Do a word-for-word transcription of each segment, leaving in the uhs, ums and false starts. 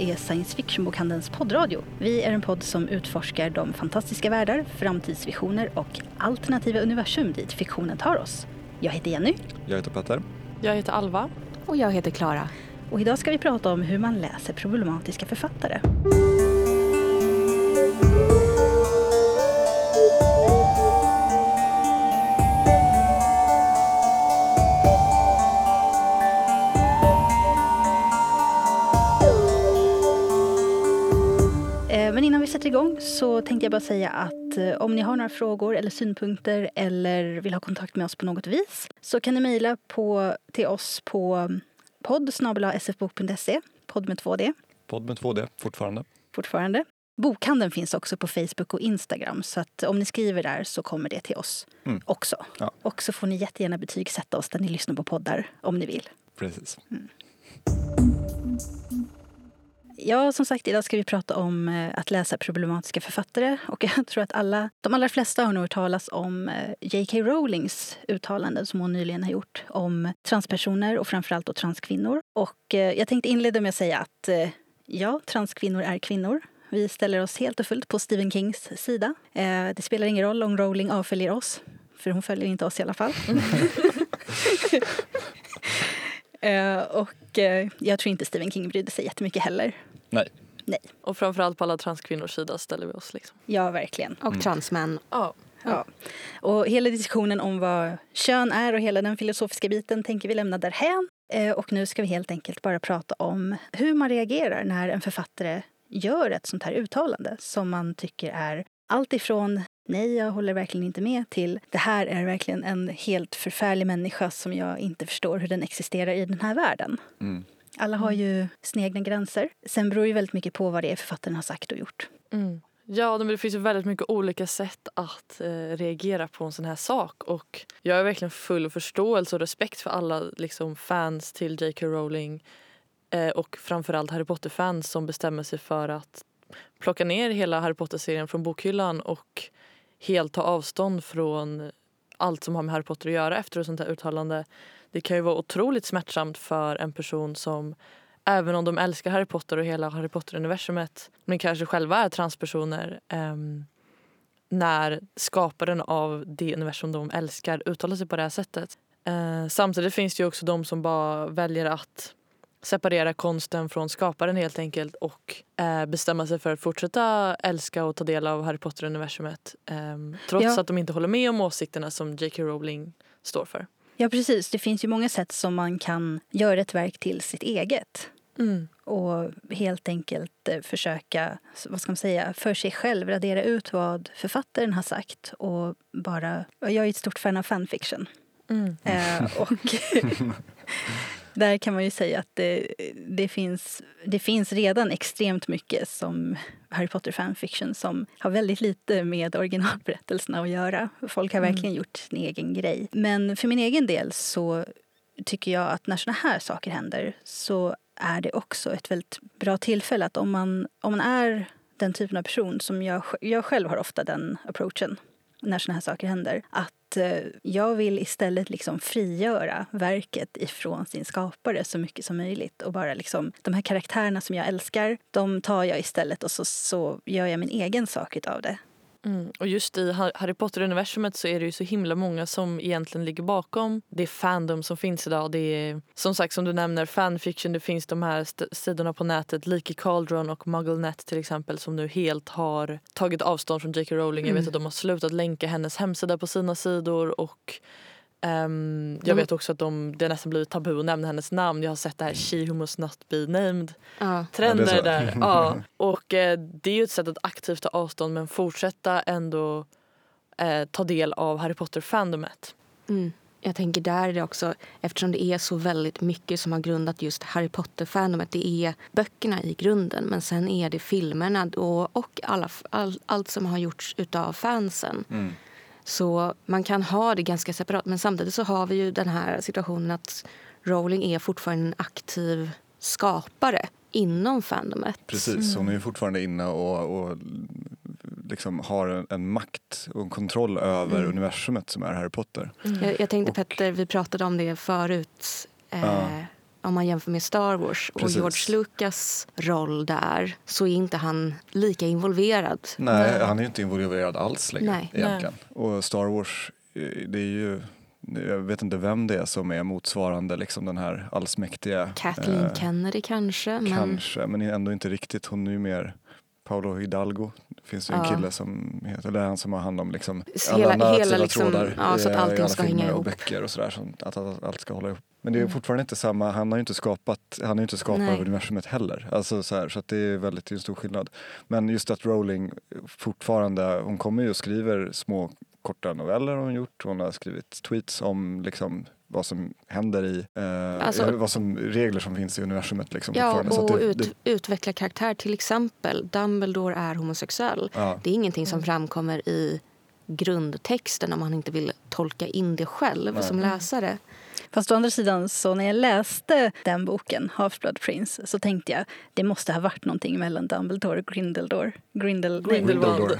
är Science Fiction-bokhandelns poddradio. Vi är en podd som utforskar de fantastiska världar, framtidsvisioner och alternativa universum dit fiktionen tar oss. Jag heter Jenny. Jag heter Petter. Jag heter Alva. Och jag heter Klara. Och idag ska vi prata om hur man läser problematiska författare. Men innan vi sätter igång så tänkte jag bara säga att om ni har några frågor eller synpunkter eller vill ha kontakt med oss på något vis så kan ni mejla på, till oss på podd snabel-a s f bok punkt se, podd med två d. Podd med två d, fortfarande. Fortfarande. Bokhandeln finns också på Facebook och Instagram så att om ni skriver där så kommer det till oss mm. också. Ja. Och så får ni jättegärna betygsätta oss där ni lyssnar på poddar om ni vill. Precis. Mm. Ja, som sagt, idag ska vi prata om att läsa problematiska författare. Och jag tror att alla, de allra flesta har nog hört talas om J K Rowlings uttalanden som hon nyligen har gjort om transpersoner och framförallt då transkvinnor. Och jag tänkte inleda med att säga att ja, transkvinnor är kvinnor. Vi ställer oss helt och fullt på Stephen Kings sida. Det spelar ingen roll om Rowling avföljer oss, för hon följer inte oss i alla fall. Och jag tror inte Stephen King brydde sig jättemycket heller. Nej. Nej. Och framförallt på alla transkvinnors sida ställer vi oss liksom. Ja, verkligen. Och mm. transmän. Ja. Ja. Och hela diskussionen om vad kön är och hela den filosofiska biten tänker vi lämna därhän. Och nu ska vi helt enkelt bara prata om hur man reagerar när en författare gör ett sånt här uttalande som man tycker är allt ifrån nej, jag håller verkligen inte med till det här är verkligen en helt förfärlig människa som jag inte förstår hur den existerar i den här världen. Mm. Alla har ju sina egna gränser. Sen beror ju väldigt mycket på vad det är författaren har sagt och gjort. Mm. Ja, det finns ju väldigt mycket olika sätt att eh, reagera på en sån här sak. Och jag är verkligen full förståelse och respekt för alla liksom, fans till J K Rowling eh, och framförallt Harry Potter-fans som bestämmer sig för att plocka ner hela Harry Potter-serien från bokhyllan och helt ta avstånd från allt som har med Harry Potter att göra efter ett sånt här uttalande. Det kan ju vara otroligt smärtsamt för en person som, även om de älskar Harry Potter och hela Harry Potter-universumet, men kanske själva är transpersoner, eh, när skaparen av det universum de älskar uttalar sig på det här sättet. Eh, samtidigt finns det ju också de som bara väljer att separera konsten från skaparen helt enkelt och eh, bestämma sig för att fortsätta älska och ta del av Harry Potter-universumet eh, trots ja. att de inte håller med om åsikterna som J K Rowling står för. Ja, precis. Det finns ju många sätt som man kan göra ett verk till sitt eget. Mm. Och helt enkelt eh, försöka, vad ska man säga, för sig själv radera ut vad författaren har sagt och bara, jag är ett stort fan av fanfiction. Mm. Eh, och där kan man ju säga att det, det, finns, det finns redan extremt mycket som Harry Potter fanfiction som har väldigt lite med originalberättelserna att göra. Folk har verkligen mm. gjort sin egen grej. Men för min egen del så tycker jag att när såna här saker händer så är det också ett väldigt bra tillfälle att om man, om man är den typen av person som jag, jag själv har ofta den approachen när såna här saker händer, att jag vill istället liksom frigöra verket ifrån sin skapare så mycket som möjligt och bara liksom de här karaktärerna som jag älskar, de tar jag istället och så, så gör jag min egen sak utav det. Mm. Och just i Harry Potter-universumet så är det ju så himla många som egentligen ligger bakom det fandom som finns idag. Det är som sagt, som du nämner, fanfiction, det finns de här st- sidorna på nätet, Leaky Cauldron och MuggleNet till exempel, som nu helt har tagit avstånd från J K Rowling. Mm. Jag vet att de har slutat länka hennes hemsida på sina sidor och Um, jag vet också att de, det nästan blivit tabu att nämna hennes namn. Jag har sett det här She Who Must Not Be Named uh. trender ja, där ja. Och eh, det är ju ett sätt att aktivt ta avstånd men fortsätta ändå eh, ta del av Harry Potter-fandomet. Mm. Jag tänker där är det också, eftersom det är så väldigt mycket som har grundat just Harry Potter-fandomet. Det är böckerna i grunden, men sen är det filmerna då, och alla, all, allt som har gjorts utav fansen. Mm. Så man kan ha det ganska separat. Men samtidigt så har vi ju den här situationen att Rowling är fortfarande en aktiv skapare inom fandomet. Precis, hon är ju fortfarande inne och, och liksom har en, en makt och en kontroll över mm. universumet som är Harry Potter. Mm. Jag, jag tänkte och, Petter, vi pratade om det förut. Eh, ja. om man jämför med Star Wars och Precis. George Lucas roll där, så är inte han lika involverad. Nej, Nej. han är ju inte involverad alls längre. Nej. Egentligen. Nej. Och Star Wars, det är ju, jag vet inte vem det är som är motsvarande liksom den här allsmäktiga Kathleen eh, Kennedy kanske. Men... Kanske, men ändå inte riktigt. Hon är ju mer Paulo Hidalgo. Det finns ju en ja. kille som heter, eller han som har hand om liksom hela, alla narrativa hela liksom, trådar ja, så att allting i alla ska filmer hänga och ihop. böcker och sådär, så att, att allt ska hålla ihop. Men det är Mm. fortfarande inte samma, han har ju inte skapat, han har ju inte skapat Nej. universumet heller. Alltså så här, så att det är väldigt det är en stor skillnad. Men just att Rowling fortfarande, hon kommer ju och skriver små korta noveller har hon gjort. Hon har skrivit tweets om liksom vad som händer i, eh, Alltså, vad som regler som finns i universumet liksom. Ja, så och att det, ut, det, utveckla karaktär. Till exempel, Dumbledore är homosexuell. ja. Det är ingenting som framkommer i grundtexten om man inte vill tolka in det själv Nej. som läsare. Fast å andra sidan, så när jag läste den boken, Half-Blood Prince, så tänkte jag det måste ha varit någonting mellan Dumbledore och Grindeldor. Grindel, Grindelwald.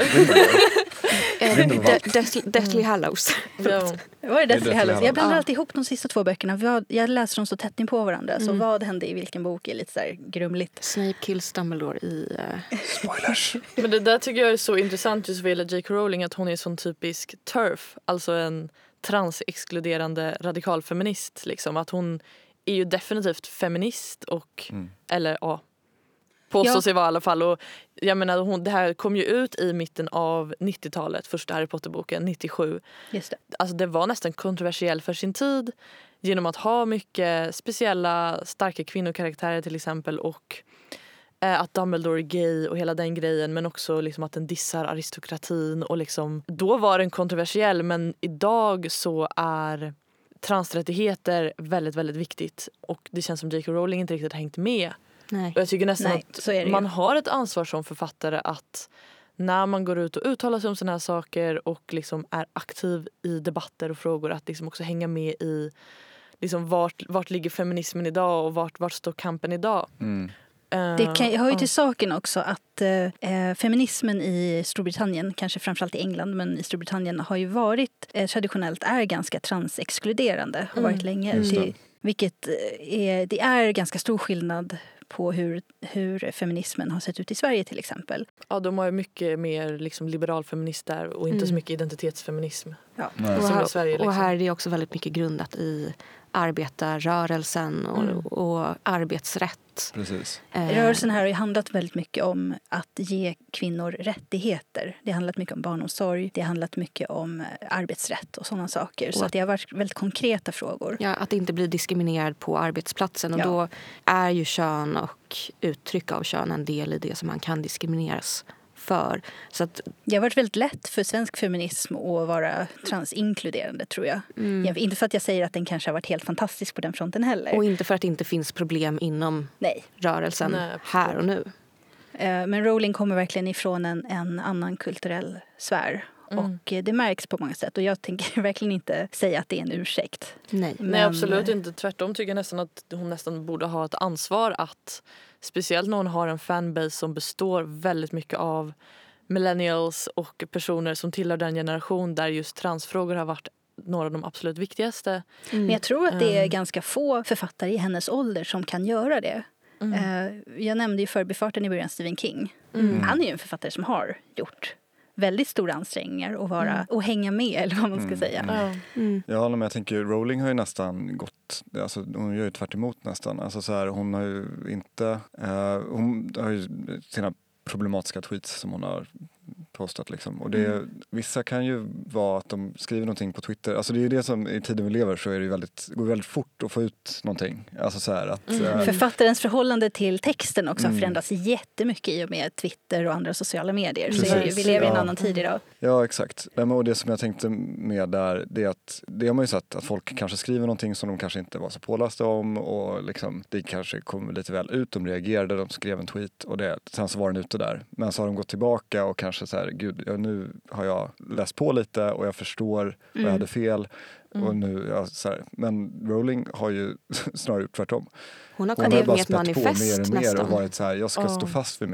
Eh, Grindelwald. De- Deathly, Deathly Hallows. Ja. Var det Det är Deathly Hallows? Jag blandar Ja. alltid ihop de sista två böckerna. Vad- Jag läser dem så tätt in på varandra. Så Mm. vad hände i vilken bok är lite så här grumligt. Snape kills Dumbledore i... eh, Spoilers! Men det där tycker jag är så intressant just vad gäller J K Rowling, att hon är en sån typisk TERF, alltså en transexkluderande radikalfeminist. Liksom. Att hon är ju definitivt feminist och, Mm. eller ja, påstår Ja. sig vara i alla fall. Och jag menar, hon, det här kom ju ut i mitten av nittiotalet, första Harry Potter-boken, nittiosju. Just det. Alltså det var nästan kontroversiell för sin tid genom att ha mycket speciella, starka kvinnokaraktärer till exempel, och eh, att Dumbledore är gay och hela den grejen, men också liksom att den dissar aristokratin och liksom, då var den kontroversiell, men idag så är transrättigheter väldigt, väldigt viktigt, och det känns som J K Rowling inte riktigt har hängt med. nej. Och jag tycker nästan Nej, så är det att ju. man har ett ansvar som författare att när man går ut och uttalar sig om såna här saker och liksom är aktiv i debatter och frågor, att liksom också hänga med i liksom vart, vart ligger feminismen idag och vart, vart står kampen idag. Mm. Eh, Det kan, jag hör ju ja. till saken också att eh, feminismen i Storbritannien, kanske framförallt i England, men i Storbritannien har ju varit eh, traditionellt är ganska transexkluderande, har varit Mm. länge. Just det. Det, vilket eh, är, det är ganska stor skillnad på hur, hur feminismen har sett ut i Sverige till exempel. Ja, de har ju mycket mer liksom liberal feminist där och inte Mm. så mycket identitetsfeminism. Ja. Nej. Och Som här, i Sverige, liksom. och här är det också väldigt mycket grundat i arbetarrörelsen och, Mm. och arbetsrätt. Precis. Eh, Rörelsen här har ju handlat väldigt mycket om att ge kvinnor rättigheter. Det har handlat mycket om barnomsorg, det har handlat mycket om eh, arbetsrätt och sådana saker. Så Och- att det har varit väldigt konkreta frågor. Ja, att inte bli diskriminerad på arbetsplatsen. Och Ja. då är ju kön och uttryck av kön en del i det som man kan diskrimineras för. Så att, Det har varit väldigt lätt för svensk feminism att vara transinkluderande, tror jag. mm, Jag- Inte för att jag säger att den kanske har varit helt fantastisk på den fronten heller. och inte för att det inte finns problem inom Nej. rörelsen Nej, absolut. här och nu. Eh, Men Rowling kommer verkligen ifrån en, en annan kulturell sfär. Mm. Och eh, det märks på många sätt. Och jag tänker verkligen inte säga att det är en ursäkt. Nej. Men, Nej, absolut inte. Tvärtom tycker jag nästan att hon nästan borde ha ett ansvar att, speciellt när hon har en fanbase som består väldigt mycket av millennials och personer som tillhör den generation där just transfrågor har varit några av de absolut viktigaste. Mm. Men jag tror att det är Mm. ganska få författare i hennes ålder som kan göra det. Mm. Eh, Jag nämnde ju förbifarten i början Stephen King. Mm. Han är ju en författare som har gjort väldigt stora ansträngningar att vara, Mm. och hänga med, eller vad man ska Mm, säga. mm. Ja. Mm. Ja, men jag tänker Rowling har ju nästan gått, alltså hon gör ju tvärt emot nästan. Alltså så här, hon har ju inte, eh, hon har ju sina problematiska tweets som hon har postat liksom. Och det, Mm. vissa kan ju vara att de skriver någonting på Twitter. Alltså det är ju det som i tiden vi lever, så är det ju väldigt, går väldigt fort att få ut någonting. Alltså så här att... Mm. eh, Författarens förhållande till texten också har Mm. förändrats jättemycket i och med Twitter och andra sociala medier. Så Precis. är det, vi lever i en Ja. annan tid idag. Ja, exakt. Nej, men och det som jag tänkte med där, det är att det har man ju sett att folk kanske skriver någonting som de kanske inte var så pålästa om, och liksom, det kanske kommer lite väl ut, de reagerade, de skrev en tweet och det, sen så var den ute där. Men så har de gått tillbaka och kanske så här, gud, ja, nu har jag läst på lite och jag förstår vad jag Mm. hade fel. Mm. Och nu, ja, så här. Men Rowling har ju snarare gjort tvärtom. Hon har Hon kommit har bara med ett spett på mer manifest och mer nästan. och varit så här, jag ska Ja. stå fast vid min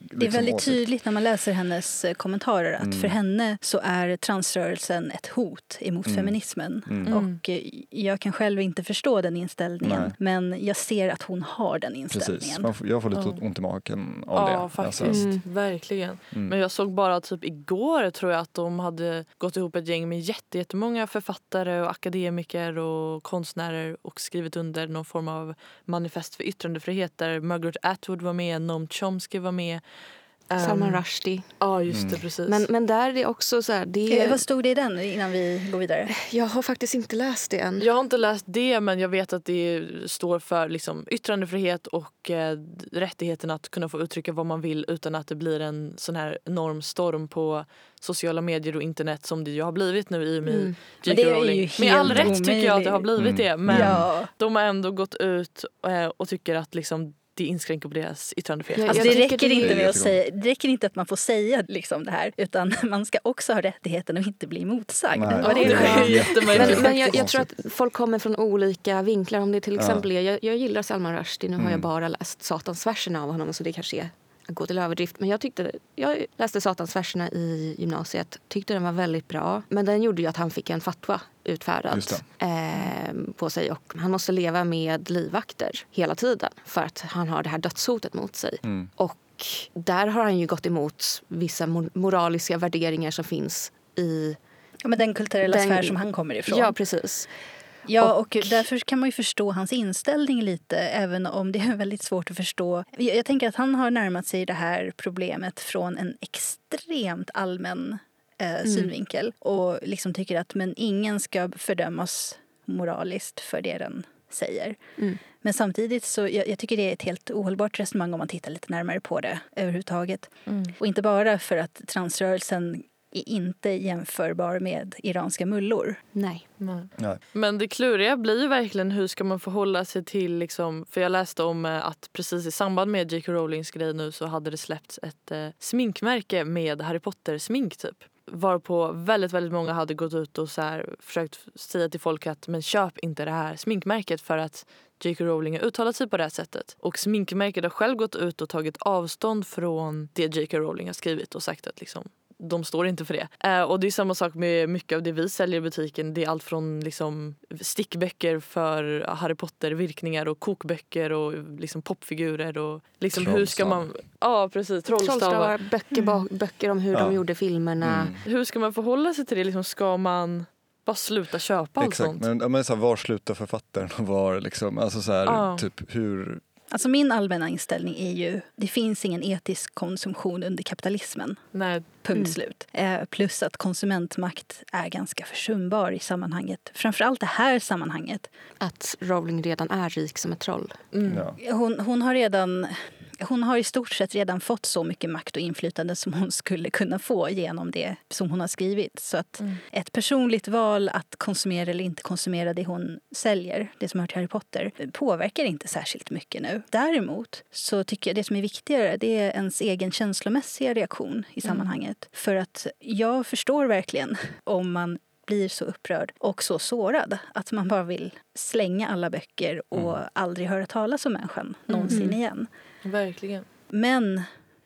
liksom, det är väldigt åsikt. tydligt när man läser hennes kommentarer att Mm. för henne så är transrörelsen ett hot emot Mm. feminismen. Mm. Och eh, jag kan själv inte förstå den inställningen, Nej. men jag ser att hon har den inställningen. Precis, man får, jag får lite Ja. ont i magen av det. Ja, faktiskt. Alltså, Mm. Verkligen. mm. Men jag såg bara typ igår tror jag att de hade gått ihop ett gäng med jätte, jättemånga författare och akademiker och konstnärer och skrivit under någon form av manifest för yttrandefrihet där Margaret Atwood var med, Noam Chomsky var med. Salman Um, Rushdie. Ja, just det, Mm. precis. Men, men där är det också så här, det, Eh, Vad stod det i den innan vi går vidare? jag har faktiskt inte läst det än. Jag har inte läst det, men jag vet att det står för liksom, yttrandefrihet och eh, rättigheten att kunna få uttrycka vad man vill utan att det blir en sån här enorm storm på sociala medier och internet som det ju har blivit nu i och med Mm. Men J det K. är ju Rowling. helt Med all rätt tycker jag att det har omöjligt. blivit det, Mm. men Ja. de har ändå gått ut eh, och tycker att liksom, det inskränker på deras yttrandefrihet. Ja, Alltså jag det tycker räcker det är inte med att jättekonstigt. säga, det räcker inte att man får säga liksom det här, utan man ska också ha rättigheten att inte bli motsagd. Nej, Och det är det är det. jättemärkligt. Men, men jag, jag tror att folk kommer från olika vinklar. Om det till exempel är, jag, jag gillar Salman Rushdie. Nu har Mm. jag bara läst Satansverserna av honom så det kanske är att gå till överdrift. Men jag tyckte, jag läste Satansverserna i gymnasiet. Tyckte den var väldigt bra. Men den gjorde ju att han fick en fatwa utfärdad Just eh, på sig. Och han måste leva med livvakter hela tiden för att han har det här dödshotet mot sig. Mm. Och där har han ju gått emot vissa mor- moraliska värderingar som finns i... Ja, men den kulturella Den- sfär som han kommer ifrån. Ja, precis. Ja, och, Och- därför kan man ju förstå hans inställning lite, även om det är väldigt svårt att förstå. Jag, jag tänker att han har närmat sig det här problemet från en extremt allmän eh, synvinkel och liksom tycker att men ingen ska fördömas moraliskt för det den säger. Mm. Men samtidigt så jag, jag tycker det är ett helt ohållbart resonemang om man tittar lite närmare på det överhuvudtaget. Mm. Och inte bara för att transrörelsen är inte jämförbar med iranska mullor. Nej. Nej. Nej. Men det kluriga blir ju verkligen hur ska man förhålla sig till liksom, för jag läste om eh, att precis i samband med J K. Rowlings grej nu så hade det släppts ett eh, sminkmärke med Harry Potter-smink typ. Varpå väldigt, väldigt många hade gått ut och så här, försökt säga till folk att men köp inte det här sminkmärket för att J K. Rowling har uttalat sig på det här sättet. Och sminkmärket har själv gått ut och tagit avstånd från det J K. Rowling har skrivit och sagt att liksom de står inte för det. Eh, och det är samma sak med mycket av det vi säljer i butiken. Det är allt från liksom, stickböcker för Harry Potter-virkningar och kokböcker och liksom, popfigurer. Och, liksom, hur ska man... Ja, precis. Trollstavar. Trollstavar, böcker, ba- böcker om hur Ja. de gjorde filmerna. Mm. Hur ska man förhålla sig till det? Liksom, ska man bara sluta köpa allt Exakt, sånt? men, ja, men så här, var slutar författaren och var liksom, alltså så här, Ja. typ hur... Alltså min allmänna inställning är ju det finns ingen etisk konsumtion under kapitalismen. Nej. Punkt Mm. slut. Eh, plus att konsumentmakt är ganska försumbar i sammanhanget. Framförallt det här sammanhanget. Att Rowling redan är rik som ett troll. Mm. Ja. Hon, hon har redan... Hon har i stort sett redan fått så mycket makt och inflytande som hon skulle kunna få genom det som hon har skrivit. Så att Mm. ett personligt val att konsumera eller inte konsumera det hon säljer, det som hör till Harry Potter, påverkar inte särskilt mycket nu. Däremot så tycker jag det som är viktigare det är ens egen känslomässiga reaktion i sammanhanget. För att jag förstår verkligen om man blir så upprörd och så sårad att man bara vill slänga alla böcker och Mm. aldrig höra talas om människan någonsin Mm. igen. Verkligen. Men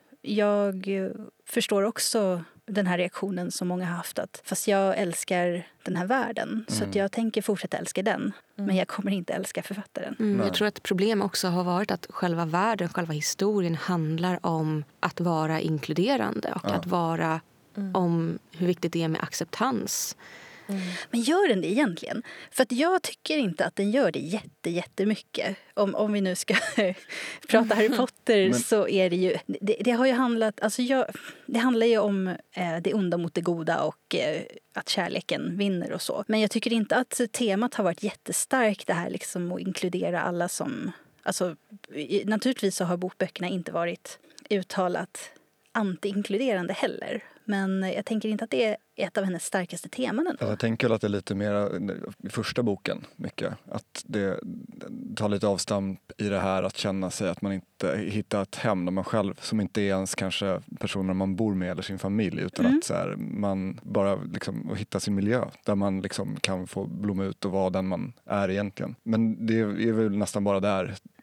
jag eh, förstår också den här reaktionen som många har haft att fast jag älskar den här världen så Mm. att jag tänker fortsätta älska den men jag kommer inte älska författaren. Mm, Nej. jag tror att ett problem också har varit att själva världen, själva historien handlar om att vara inkluderande och Ja. att vara Mm. om hur viktigt det är med acceptans. Mm. Men gör den det egentligen? För att jag tycker inte att den gör det jätte, jättemycket. Om, om vi nu ska prata Harry Potter Men- så är det ju... Det, det har ju handlat... Alltså jag, det handlar ju om eh, det onda mot det goda och eh, att kärleken vinner och så. Men jag tycker inte att temat har varit jättestarkt det här liksom att inkludera alla som... Alltså, i- naturligtvis så har bokböckerna inte varit uttalat anti-inkluderande heller. Men jag tänker inte att det är ett av hennes starkaste teman ändå. Alltså, jag tänker väl att det är lite mer i första boken mycket. Att det tar lite avstamp i det här att känna sig att man inte hittar ett hem där man själv, som inte är ens kanske personer man bor med eller sin familj, utan Mm. att så här, man bara liksom hittar sin miljö där man liksom kan få blomma ut och vara den man är egentligen. Men det är väl nästan bara där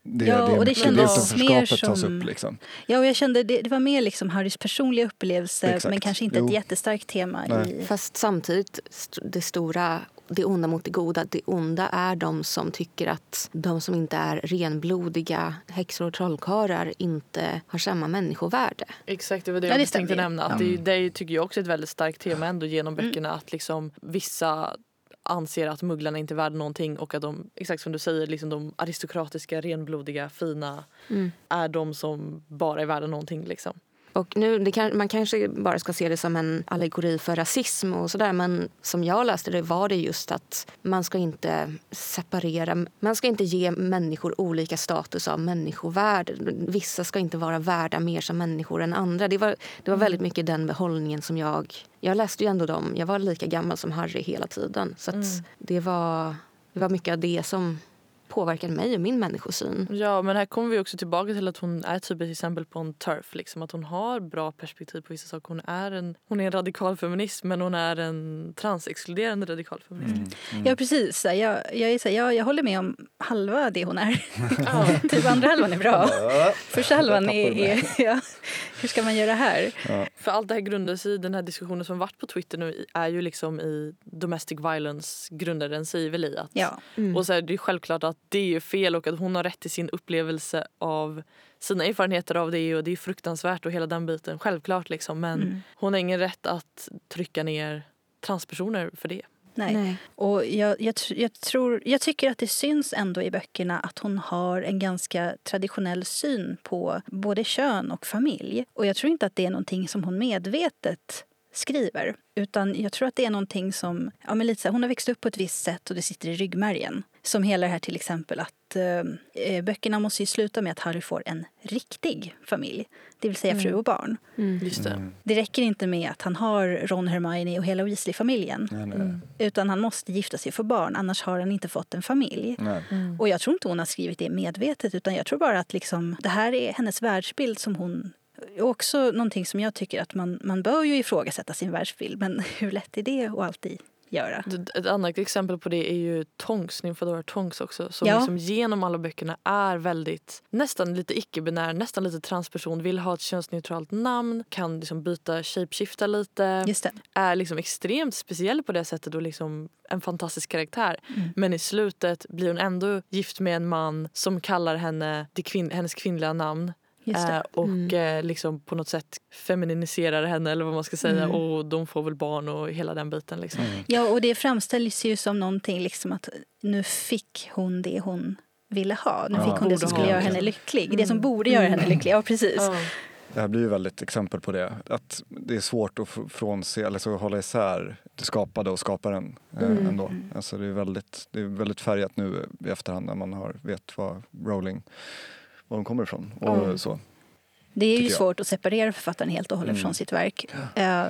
det, Ja, det, och det det kändes mer utanförskapet som... tas upp liksom. Ja, och jag kände det, det var mer liksom Harrys personliga upplevelse, Exakt. men kanske inte Jo. ett jättestarkt tema. Nej. I... Fast samtidigt, st- det stora, det onda mot det goda. Det onda är de som tycker att de som inte är renblodiga häxor och trollkarlar inte har samma människovärde. Exakt, det var det Ja, jag det tänkte stämmer. nämna. Att det, det tycker jag också är ett väldigt starkt tema ändå genom böckerna. Att liksom vissa anser att mugglarna inte är värda någonting och att de, exakt som du säger, liksom de aristokratiska, renblodiga, fina Mm. är de som bara är värda någonting liksom. Och nu, det kan, man kanske bara ska se det som en allegori för rasism och sådär, men som jag läste det var det just att man ska inte separera, man ska inte ge människor olika status av människovärde. Vissa ska inte vara värda mer som människor än andra. Det var, det var väldigt mycket den behållningen som jag, jag läste ju ändå dem, jag var lika gammal som Harry hela tiden. Så att Mm. det, var, det var mycket av det som påverkade mig och min människosyn. Ja, men här kommer vi också tillbaka till att hon är typ ett exempel på en turf. Liksom. Att hon har bra perspektiv på vissa saker. Hon är en, hon är en radikal feminist, men hon är en transexkluderande radikal feminist. Mm. Mm. Ja, precis. Jag, jag, är så, jag, jag håller med om halva det hon är. Typ andra halvan är bra. Första halvan är... är ja, hur ska man göra här? Ja. För allt det här grundar sig i den här diskussionen som varit på Twitter nu är ju liksom i domestic violence grundar den sig väl i att Ja. Mm. och så är det självklart att det är fel och att hon har rätt till sin upplevelse av sina erfarenheter av det och det är fruktansvärt och hela den biten, självklart liksom, men Mm. hon har ingen rätt att trycka ner transpersoner för det. Nej. Nej. Och jag, jag, tr- jag, tror, jag tycker att det syns ändå i böckerna att hon har en ganska traditionell syn på både kön och familj. Och jag tror inte att det är någonting som hon medvetet skriver. Utan jag tror att det är någonting som, ja men lite så här, hon har växt upp på ett visst sätt och det sitter i ryggmärgen. Som hela det här till exempel att eh, böckerna måste ju sluta med att Harry får en riktig familj. Det vill säga Mm. fru och barn. Mm. Just det. Mm. Det räcker inte med att han har Ron, Hermione och hela Weasley-familjen. Nej, nej. Mm. Utan han måste gifta sig och få barn, annars har han inte fått en familj. Nej. Mm. Och jag tror inte hon har skrivit det medvetet, utan jag tror bara att liksom, det här är hennes världsbild som hon... Och också någonting som jag tycker att man, man bör ju ifrågasätta sin världsbild, men hur lätt är det att alltid göra? Ett annat exempel på det är ju Tonks, Nymfadora Tonks också, som Ja. liksom genom alla böckerna är väldigt, nästan lite icke-binär, nästan lite transperson, vill ha ett könsneutralt namn, kan liksom byta, shapeshifta lite, Just det. är liksom extremt speciell på det sättet och liksom en fantastisk karaktär. Mm. Men i slutet blir hon ändå gift med en man som kallar henne det kvin- hennes kvinnliga namn. Just det. Eh, och Mm. eh, liksom på något sätt femininiserar henne eller vad man ska säga Mm. och de får väl barn och hela den biten liksom. Mm. Ja, och det framställs ju som någonting liksom att nu fick hon det hon ville ha. Nu Ja. fick hon det Borde som ha, skulle göra liksom. henne lycklig. Mm. Det som borde göra henne lycklig. Ja, precis. Ja. Det här blir ju väldigt exempel på det. Att det är svårt att f- frånse, eller så hålla isär det skapade och skaparen eh, Mm. ändå. Alltså det är väldigt, det är väldigt färgat nu i efterhand när man har, vet vad Rowling, var de kommer ifrån och Mm. så. Det är ju tycker jag. svårt att separera författaren helt och hållet Mm. från sitt verk. Eh,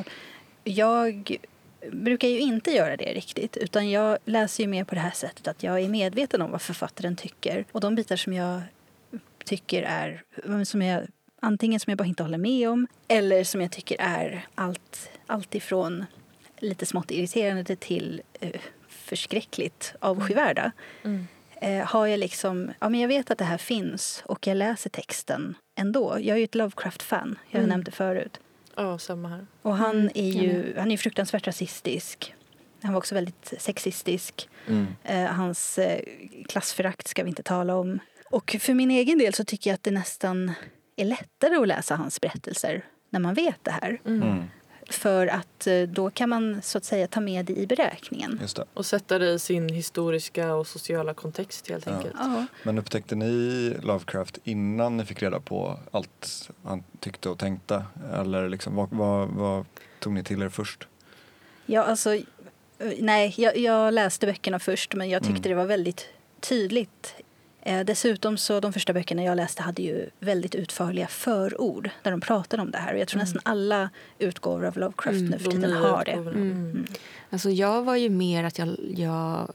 jag brukar ju inte göra det riktigt, utan jag läser ju mer på det här sättet att jag är medveten om vad författaren tycker. Och de bitar som jag tycker är, som jag, antingen som jag bara inte håller med om, eller som jag tycker är allt, allt ifrån lite smått irriterande till eh, förskräckligt avskyvärda. Mm. Eh, har jag liksom, ja men jag vet att det här finns och jag läser texten ändå. Jag är ju ett Lovecraft-fan, jag har Mm. nämnt det förut. Ja, samma här. Och han Mm, är jag ju han är ju fruktansvärt rasistisk. Han var också väldigt sexistisk. Mm. Eh, hans eh, klassförakt ska vi inte tala om. Och för min egen del så tycker jag att det nästan är lättare att läsa hans berättelser när man vet det här. Mm. Mm. För att eh, då kan man så att säga ta med det i beräkningen. Just det. Och sätta det i sin historiska och sociala kontext helt Ja. enkelt. Ja. Men upptäckte ni Lovecraft innan ni fick reda på allt han tyckte och tänkte? Eller liksom, vad, vad, vad tog ni till er först? Ja, alltså, eh, nej, jag, jag läste böckerna först, men jag tyckte Mm. det var väldigt tydligt. Eh, dessutom så de första böckerna jag läste hade ju väldigt utförliga förord där de pratade om det här. Och jag tror Mm. nästan alla utgåvor av Lovecraft Mm, nu för De tiden nya har det. utgåvorna. Mm. Mm. Alltså jag var ju mer att jag, jag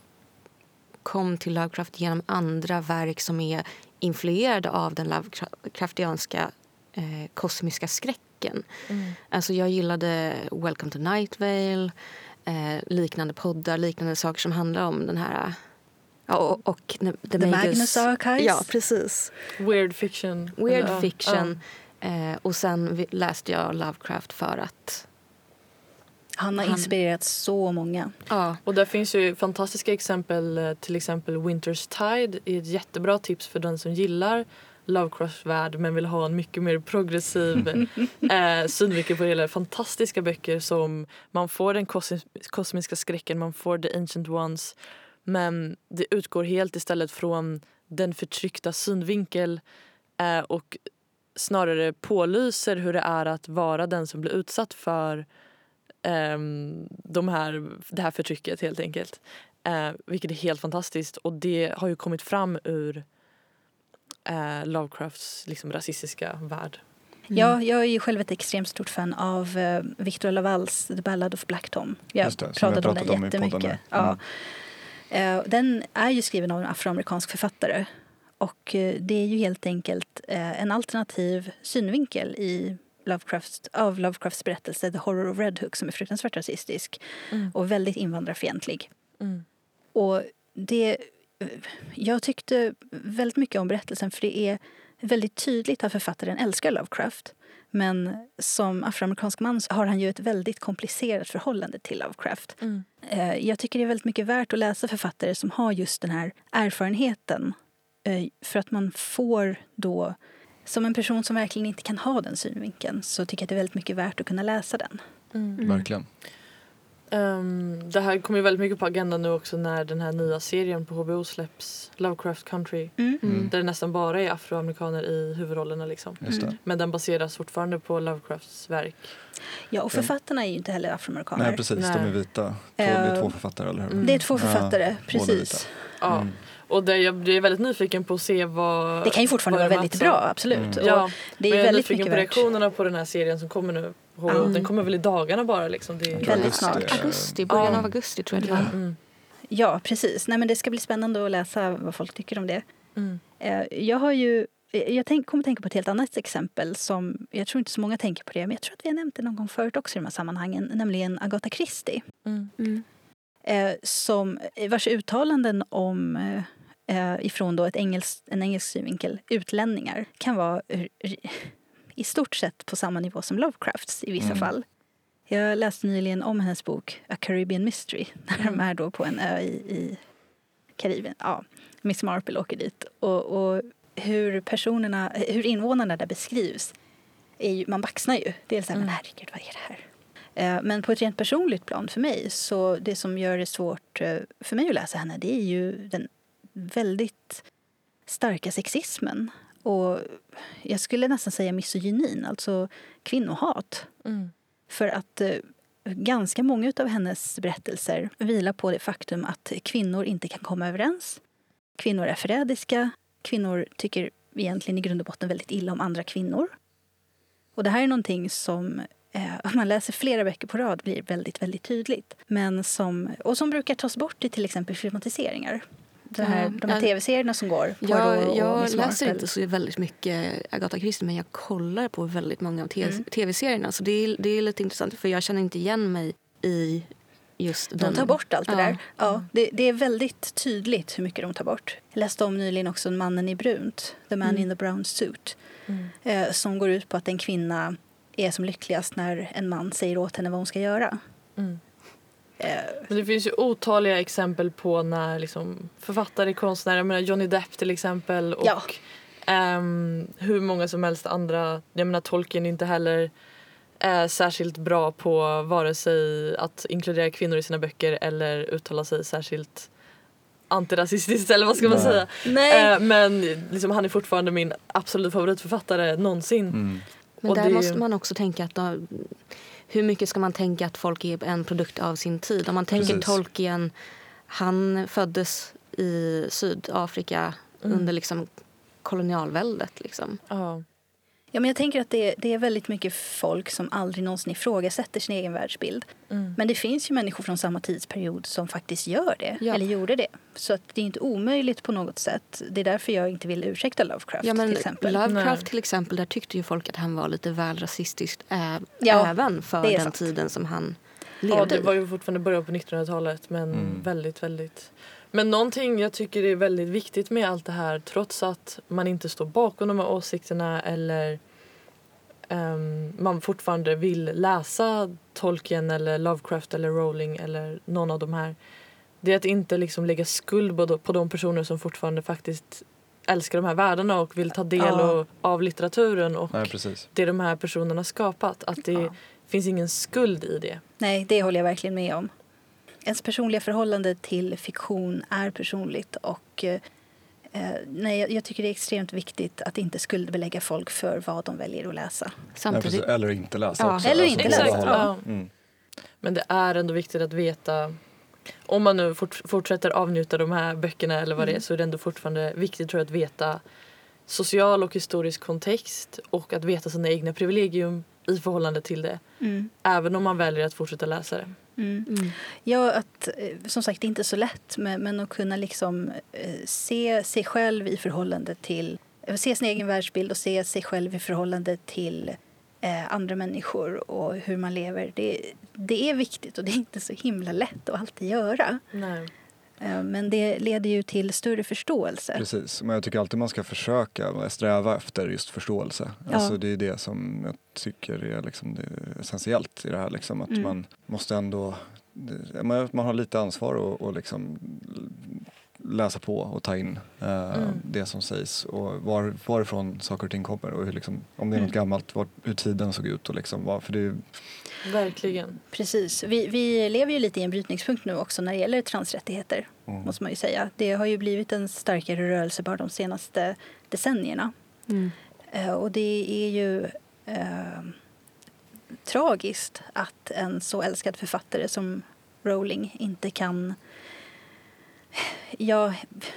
kom till Lovecraft genom andra verk som är influerade av den Lovecraftianska eh, kosmiska skräcken. Mm. Alltså jag gillade Welcome to Night Vale, eh, liknande poddar, liknande saker som handlar om den här Ja, och, och The, The, The Magus. Magnus Archives. Ja, precis. Weird fiction. Weird Eller, fiction. Eh, och sen vi- läste jag Lovecraft för att... Han har Han- inspirerat så många. Ja, Och där finns ju fantastiska exempel, eh, till exempel Winter's Tide är ett jättebra tips för den som gillar Lovecrafts värld men vill ha en mycket mer progressiv eh, synvinkel på det hela. Fantastiska böcker som man får den kosmis- kosmiska skräcken, man får The Ancient Ones, men det utgår helt istället från den förtryckta synvinkel eh, och snarare pålyser hur det är att vara den som blir utsatt för Um, de här, det här förtrycket helt enkelt. Uh, vilket är helt fantastiskt. Och det har ju kommit fram ur uh, Lovecrafts liksom, rasistiska värld. Mm. Ja, jag är ju själv ett extremt stort fan av uh, Victor Lavalls The Ballad of Black Tom. Jag Just det, som pratade vi har om pratat den om i jättemycket. podden Ja. Uh, den är ju skriven av en afroamerikansk författare. Och uh, det är ju helt enkelt uh, en alternativ synvinkel i Lovecrafts, av Lovecrafts berättelse The Horror of Red Hook som är fruktansvärt rasistisk Mm. och väldigt invandrarfientlig. Mm. Och det, jag tyckte väldigt mycket om berättelsen för det är väldigt tydligt att författaren älskar Lovecraft. Men som afroamerikansk man så har han ju ett väldigt komplicerat förhållande till Lovecraft. Mm. Eh, Jag tycker det är väldigt mycket värt att läsa författare som har just den här erfarenheten. Eh, För att man får då, som en person som verkligen inte kan ha den synvinkeln, så tycker jag att det är väldigt mycket värt att kunna läsa den. Mm. Verkligen. Um, det här kommer ju väldigt mycket på agendan nu också när den här nya serien på H B O släpps, Lovecraft Country. Mm. Mm. Där det nästan bara är afroamerikaner i huvudrollerna liksom. Just det. Men den baseras fortfarande på Lovecrafts verk. Ja, och författarna är ju inte heller afroamerikaner. Nej, precis. Nej. De är vita. Två, det är Eh, två författare, eller hur? Mm. Det är två författare, Ja, båda precis. Ja. Mm. Och det, jag blir väldigt nyfiken på att se vad... Det kan ju fortfarande vad vara det väldigt var. bra, absolut. Mm. Och Ja, det är men ju jag är väldigt nyfiken mycket på värt. reaktionerna på den här serien som kommer nu. på H B O. Mm. Den kommer väl i dagarna bara liksom. Det är... Jag tror Väldigt augusti snart. är- augusti, början Ja. av augusti tror jag det var. Mm. Ja, precis. Nej, men det ska bli spännande att läsa vad folk tycker om det. Mm. Eh, Jag har ju... Jag tänk, kommer tänka på ett helt annat exempel som jag tror inte så många tänker på det, men jag tror att vi har nämnt det någon gång förut också i de här sammanhangen, nämligen Agatha Christie. Mm. Mm. Eh, som, vars uttalanden om eh, ifrån då ett engelskt, en engelsk synvinkel, utlänningar, kan vara r- i stort sett på samma nivå som Lovecrafts i vissa Mm. fall. Jag läste nyligen om hennes bok A Caribbean Mystery, när de är då på en ö i, i Karibien. Ja, Miss Marple åker dit. Och, och hur personerna, hur invånarna där beskrivs, är ju, man baxnar ju. Det är så här, Mm. men herregud, vad är det här? Eh, Men på ett rent personligt plan för mig, så det som gör det svårt eh, för mig att läsa henne, det är ju den väldigt starka sexismen. Och jag skulle nästan säga misogynin, alltså kvinnohat. Mm. För att eh, ganska många av hennes berättelser vilar på det faktum att kvinnor inte kan komma överens. Kvinnor är förrädiska. Kvinnor tycker egentligen i grund och botten väldigt illa om andra kvinnor. Och det här är någonting som, eh, om man läser flera böcker på rad, blir väldigt, väldigt tydligt. Men som, och som brukar tas bort i till exempel filmatiseringar. Det här, Ja, de här jag- tv-serierna som går. Poirot Jag, och jag Miss läser Marple. inte så väldigt mycket Agatha Christie, men jag kollar på väldigt många av te- Mm. tv-serierna. Så det är, det är lite intressant, för jag känner inte igen mig i just De den. tar bort allt det Ja. där. Ja, det, det är väldigt tydligt hur mycket de tar bort. Jag läste om nyligen också Mannen i brunt, The Man Mm. in the Brown Suit, Mm. eh, som går ut på att en kvinna är som lyckligast när en man säger åt henne vad hon ska göra. Mm. Eh, Men det finns ju otaliga exempel på när liksom, författare, konstnärer, jag menar Johnny Depp till exempel och Ja. ehm, hur många som helst andra. Jag menar Tolkien är inte heller är särskilt bra på vare sig att inkludera kvinnor i sina böcker eller uttala sig särskilt antirasistiskt eller vad ska man Nej. säga. nej, Eh, men liksom, han är fortfarande min absolut favoritförfattare någonsin. Mm. Men Och där det- måste man också tänka att då, hur mycket ska man tänka att folk är en produkt av sin tid? Om man tänker Precis. Tolkien, han föddes i Sydafrika Mm. under liksom kolonialväldet. Liksom. Ja. ja, men jag tänker att det, det är väldigt mycket folk som aldrig någonsin ifrågasätter sin egen världsbild. Mm. Men det finns ju människor från samma tidsperiod som faktiskt gör det, Ja. eller gjorde det. Så att det är inte omöjligt på något sätt. Det är därför jag inte vill ursäkta Lovecraft Ja, men till exempel. Lovecraft Nej. till exempel, där tyckte ju folk att han var lite väl rasistisk ä- Ja, även för det är den sant. tiden som han levde Ja, det i. var ju fortfarande början på nittonhundratalet, men Mm. väldigt, väldigt... Men någonting jag tycker är väldigt viktigt med allt det här, trots att man inte står bakom de här åsikterna eller um, man fortfarande vill läsa Tolkien eller Lovecraft eller Rowling eller någon av de här, det är att inte liksom lägga skuld på, på de personer som fortfarande faktiskt älskar de här världarna och vill ta del Ja. och, av litteraturen och Nej, precis. det de här personerna skapat. Att det Ja. finns ingen skuld i det. Nej, det håller jag verkligen med om. Ens personliga förhållande till fiktion är personligt och eh, nej, jag, jag tycker det är extremt viktigt att inte skuldbelägga folk för vad de väljer att läsa. Nej, Samtidigt, precis. Eller inte läsa Ja. också. Eller Alltså, inte båda läsa, hållen. ja. Mm. Men det är ändå viktigt att veta, om man nu fort, fortsätter avnjuta de här böckerna eller vad det är, så är det ändå fortfarande viktigt, tror jag, att veta social och historisk kontext och att veta sina egna privilegium i förhållande till det. Mm. Även om man väljer att fortsätta läsa det. Mm. mm. Ja, att, eh, som sagt, det är inte så lätt, men, men att kunna liksom, eh, se sig själv i förhållande till, eh, se sin egen världsbild och se sig själv i förhållande till eh, andra människor och hur man lever. Det, det är viktigt och det är inte så himla lätt att alltid göra. Nej. Eh, men det leder ju till större förståelse. Precis, men jag tycker alltid man ska försöka sträva efter just förståelse. Ja. Alltså det är det som jag tycker är liksom det är essentiellt i det här. Liksom, att Mm. man måste ändå, det- man man har lite ansvar och, och liksom läsa på och ta in eh, Mm. det som sägs och var, varifrån saker och ting kommer och hur, liksom, om det är något Mm. gammalt, var, hur tiden såg ut och liksom, var, för det är, Verkligen. Precis. Vi, vi lever ju lite i en brytningspunkt nu också när det gäller transrättigheter, mm. måste man ju säga. Det har ju blivit en starkare rörelse bara de senaste decennierna. Mm. Eh, och det är ju eh, tragiskt att en så älskad författare som Rowling inte kan, ja,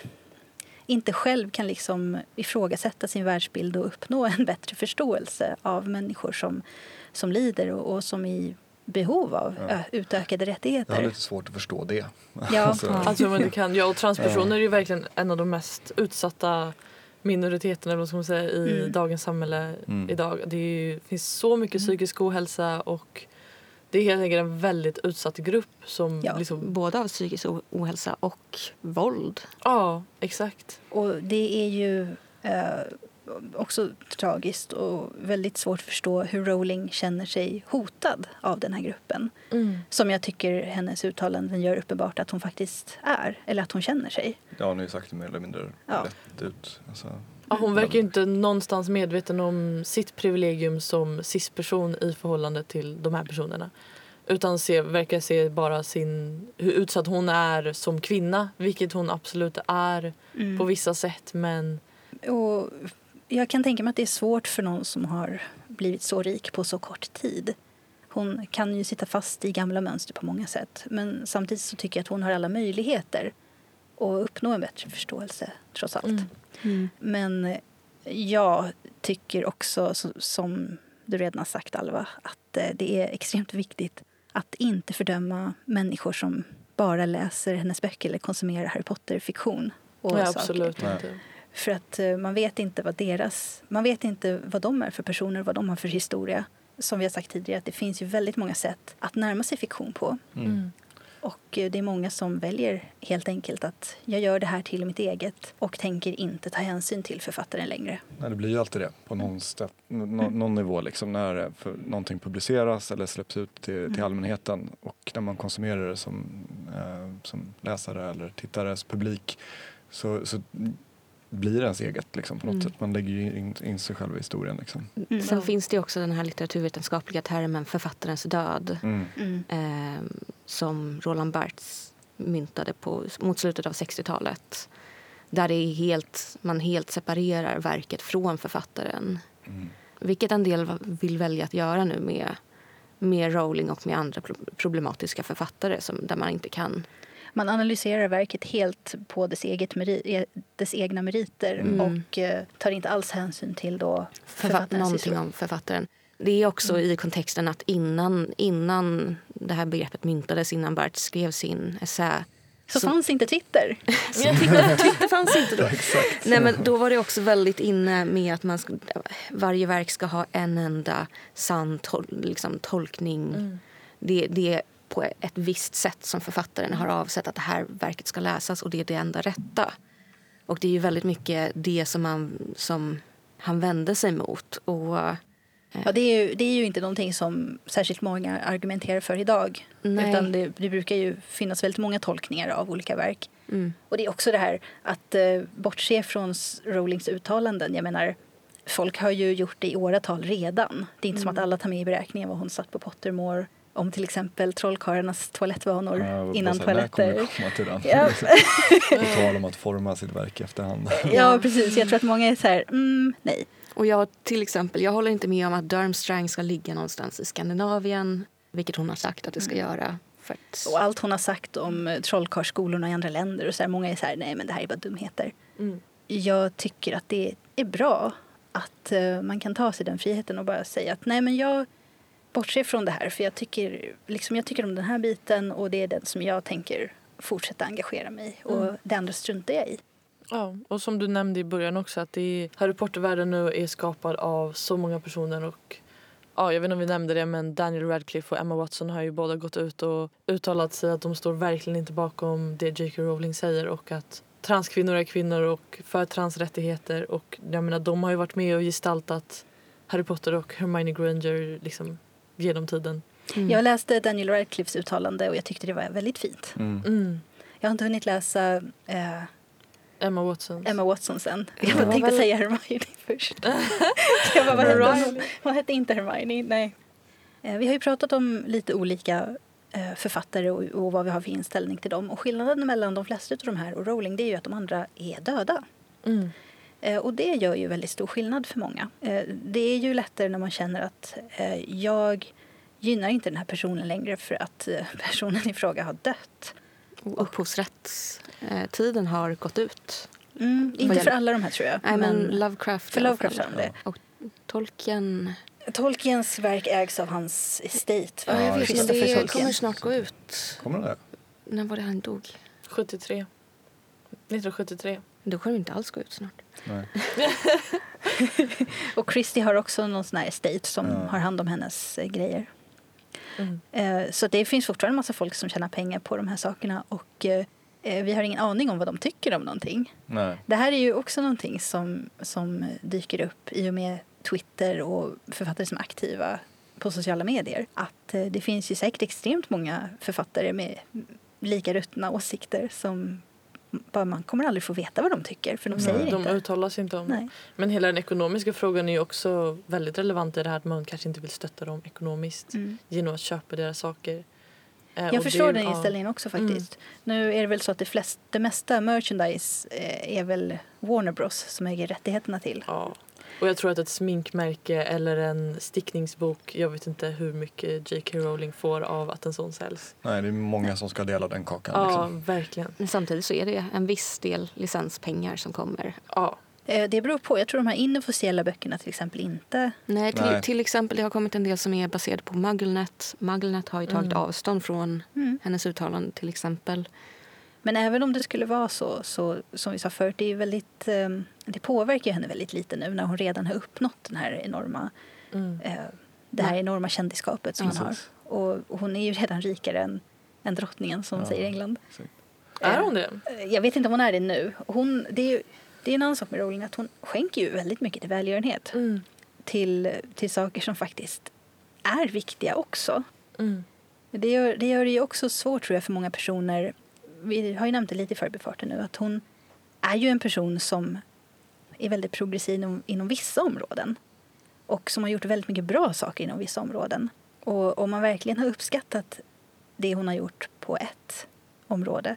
inte själv kan liksom ifrågasätta sin världsbild och uppnå en bättre förståelse av människor som, som lider och, och som är i behov av Ja. ö, utökade Jag har rättigheter. lite svårt att förstå det. Ja. Alltså, Alltså, men det kan, ja, och transpersoner är ju verkligen en av de mest utsatta minoriteterna, eller vad ska man säga, i Mm. dagens samhälle Mm. idag. Det är ju, finns så mycket psykisk ohälsa och det är helt enkelt en väldigt utsatt grupp som Ja. liksom... Både av psykisk o- ohälsa och våld. Ja, exakt. Och det är ju eh, också tragiskt och väldigt svårt att förstå hur Rowling känner sig hotad av den här gruppen. Mm. Som jag tycker hennes uttalanden gör uppenbart att hon faktiskt är, eller att hon känner sig. ja, hon har ju sagt det mer eller mindre Ja. rätt ut. Alltså, Ja, hon verkar ju inte någonstans medveten om sitt privilegium som cis-person i förhållande till de här personerna. Utan se, verkar se bara sin, hur utsatt hon är som kvinna, vilket hon absolut är Mm. på vissa sätt. Men Och jag kan tänka mig att det är svårt för någon som har blivit så rik på så kort tid. Hon kan ju sitta fast i gamla mönster på många sätt. Men samtidigt så tycker jag att hon har alla möjligheter att uppnå en bättre förståelse, trots allt. Mm. Mm. Men jag tycker också, så- som du redan har sagt, Alva, att eh, det är extremt viktigt att inte fördöma människor som bara läser hennes böcker eller konsumerar Harry Potter-fiktion. Och ja, saker. absolut Nej. inte. För att eh, man vet inte vad deras, man vet inte vad de är för personer, vad de har för historia. Som vi har sagt tidigare, att det finns ju väldigt många sätt att närma sig fiktion på. Mm. Och eh, det är många som väljer helt enkelt att jag gör det här till mitt eget och tänker inte ta hänsyn till författaren längre. nej, det blir ju alltid det på någon, stä- nå- någon nivå liksom, när det- för någonting publiceras eller släpps ut till, Mm. till allmänheten och när man konsumerar det som, eh, som läsare eller tittare, publik så, så blir det ens eget liksom, på något Mm. sätt. Man lägger ju in, in sig själv i historien. Liksom. Mm. Sen Ja. finns det också den här litteraturvetenskapliga termen författarens död Mm. Mm. eh, som Roland Barthes myntade på, mot slutet av sextiotalet. Där det är helt, man helt separerar verket från författaren. Mm. Vilket en del vill välja att göra nu med, med Rowling och med andra pro- problematiska författare som, där man inte kan. Man analyserar verket helt på dess, eget meri- dess egna meriter Mm. och eh, tar inte alls hänsyn till då Författ- författarens någonting historia. om författaren. Det är också i kontexten att innan, innan det här begreppet myntades, innan Barthes skrev sin essä, Så, Så- fanns inte Twitter. Twitter, Twitter fanns inte då. Exakt. Nej, men då var det också väldigt inne med att man ska, varje verk ska ha en enda sann tol, liksom, tolkning. Mm. Det, det på ett visst sätt som författaren har avsett att det här verket ska läsas och det är det enda rätta. Och det är ju väldigt mycket det som, man, som han vände sig mot. Och, eh. ja, det, är ju, det är ju inte någonting som särskilt många argumenterar för idag. Nej. Utan det, det brukar ju finnas väldigt många tolkningar av olika verk. Mm. Och det är också det här att eh, bortse från Rowlings uttalanden. Jag menar, folk har ju gjort det i åratal redan. Det är inte mm. som att alla tar med i beräkningen vad hon satt på Pottermore om till exempel trollkarlarnas toalettvanor ja, innan toaletter. Ja. På tal om att forma sitt verk efterhand. Ja, precis. Jag tror att många är så här, mm, nej. Och jag till exempel, jag håller inte med om att Durmstrang ska ligga någonstans i Skandinavien, vilket hon har sagt att det ska mm. göra. För att... Och allt hon har sagt om trollkarlsskolorna i andra länder och så här, många är så här, nej men det här är bara dumheter. Mm. Jag tycker att det är bra att uh, man kan ta sig den friheten och bara säga att nej men jag bortser från det här för jag tycker, liksom, jag tycker om den här biten och det är den som jag tänker fortsätta engagera mig och mm. det andra struntar jag i. Ja, och som du nämnde i början också att det är, Harry Potter-världen nu är skapad av så många personer och ja, jag vet inte om vi nämnde det men Daniel Radcliffe och Emma Watson har ju båda gått ut och uttalat sig att de står verkligen inte bakom det J K Rowling säger och att transkvinnor är kvinnor och för transrättigheter och jag menar de har ju varit med och gestaltat Harry Potter och Hermione Granger liksom genom tiden. Mm. Jag läste Daniel Radcliffes uttalande och jag tyckte det var väldigt fint. Mm. Mm. Jag har inte hunnit läsa eh, Emma Watson. Emma Watson sen. Jag ja, tänkte väl... säga Hermione först. jag bara, vad, hette, vad hette inte Hermione? Nej. Eh, vi har ju pratat om lite olika eh, författare och, och vad vi har för inställning till dem. Och skillnaden mellan de flesta av de här och Rowling det är ju att de andra är döda. Mm. Eh, och det gör ju väldigt stor skillnad för många. Eh, det är ju lättare när man känner att eh, jag gynnar inte den här personen längre för att eh, personen i fråga har dött. Och upphovsrättstiden har gått ut. Mm, inte för alla de här tror jag. Nej, men, men Lovecraft. För Lovecraft har de det. Och Tolkien... Tolkiens verk ägs av hans estate. Ja, jag vet, men det kommer snart gå ut. Kommer det? När var det han dog? sjuttiotre. nittonhundrasjuttiotre. Då kommer det inte alls gå ut snart. Nej. Och Christie har också någon sån här estate som ja. har hand om hennes eh, grejer. Mm. Eh, så det finns fortfarande en massa folk som tjänar pengar på de här sakerna. Och eh, vi har ingen aning om vad de tycker om någonting. Nej. Det här är ju också någonting som, som dyker upp i och med Twitter och författare som är aktiva på sociala medier. Att eh, det finns ju säkert extremt många författare med lika ruttna åsikter som bara man kommer aldrig få veta vad de tycker för de Nej, säger de inte. De uttalar sig inte om Nej. det. Men hela den ekonomiska frågan är ju också väldigt relevant i det här att man kanske inte vill stötta dem ekonomiskt mm. genom att köpa deras saker. Eh, Jag förstår det, den ja. inställningen också faktiskt. Mm. Nu är det väl så att det, flest, det mesta merchandise eh, är väl Warner Bros som äger rättigheterna till. Ja. Och jag tror att ett sminkmärke eller en stickningsbok, jag vet inte hur mycket J K Rowling får av att en sån säljs. Nej, det är många som ska dela den kakan. Ja, liksom. verkligen. Men samtidigt så är det en viss del licenspengar som kommer. Ja. Eh, det beror på. Jag tror de här inofficiella böckerna till exempel inte... Nej, till, Nej. till exempel det har kommit en del som är baserade på Mugglenet. Mugglenet har ju tagit mm. avstånd från mm. hennes uttalande till exempel. Men även om det skulle vara så, så som vi sa förut, det är väldigt, eh, det påverkar henne väldigt lite nu när hon redan har uppnått den här enorma, mm. eh, det här enorma kändisskapet som ja, hon har. Och, och hon är ju redan rikare än, än drottningen som ja, säger i England. Eh, är hon det? Jag vet inte om hon är det nu. Hon, det, är ju, det är en annan sak med Rowling att hon skänker ju väldigt mycket till välgörenhet. Mm. Till, till saker som faktiskt är viktiga också. Mm. Det, gör, det gör det ju också svårt tror jag för många personer. Vi har ju nämnt det lite i förbifarten nu att hon är ju en person som är väldigt progressiv inom, inom vissa områden och som har gjort väldigt mycket bra saker inom vissa områden. Och om man verkligen har uppskattat det hon har gjort på ett område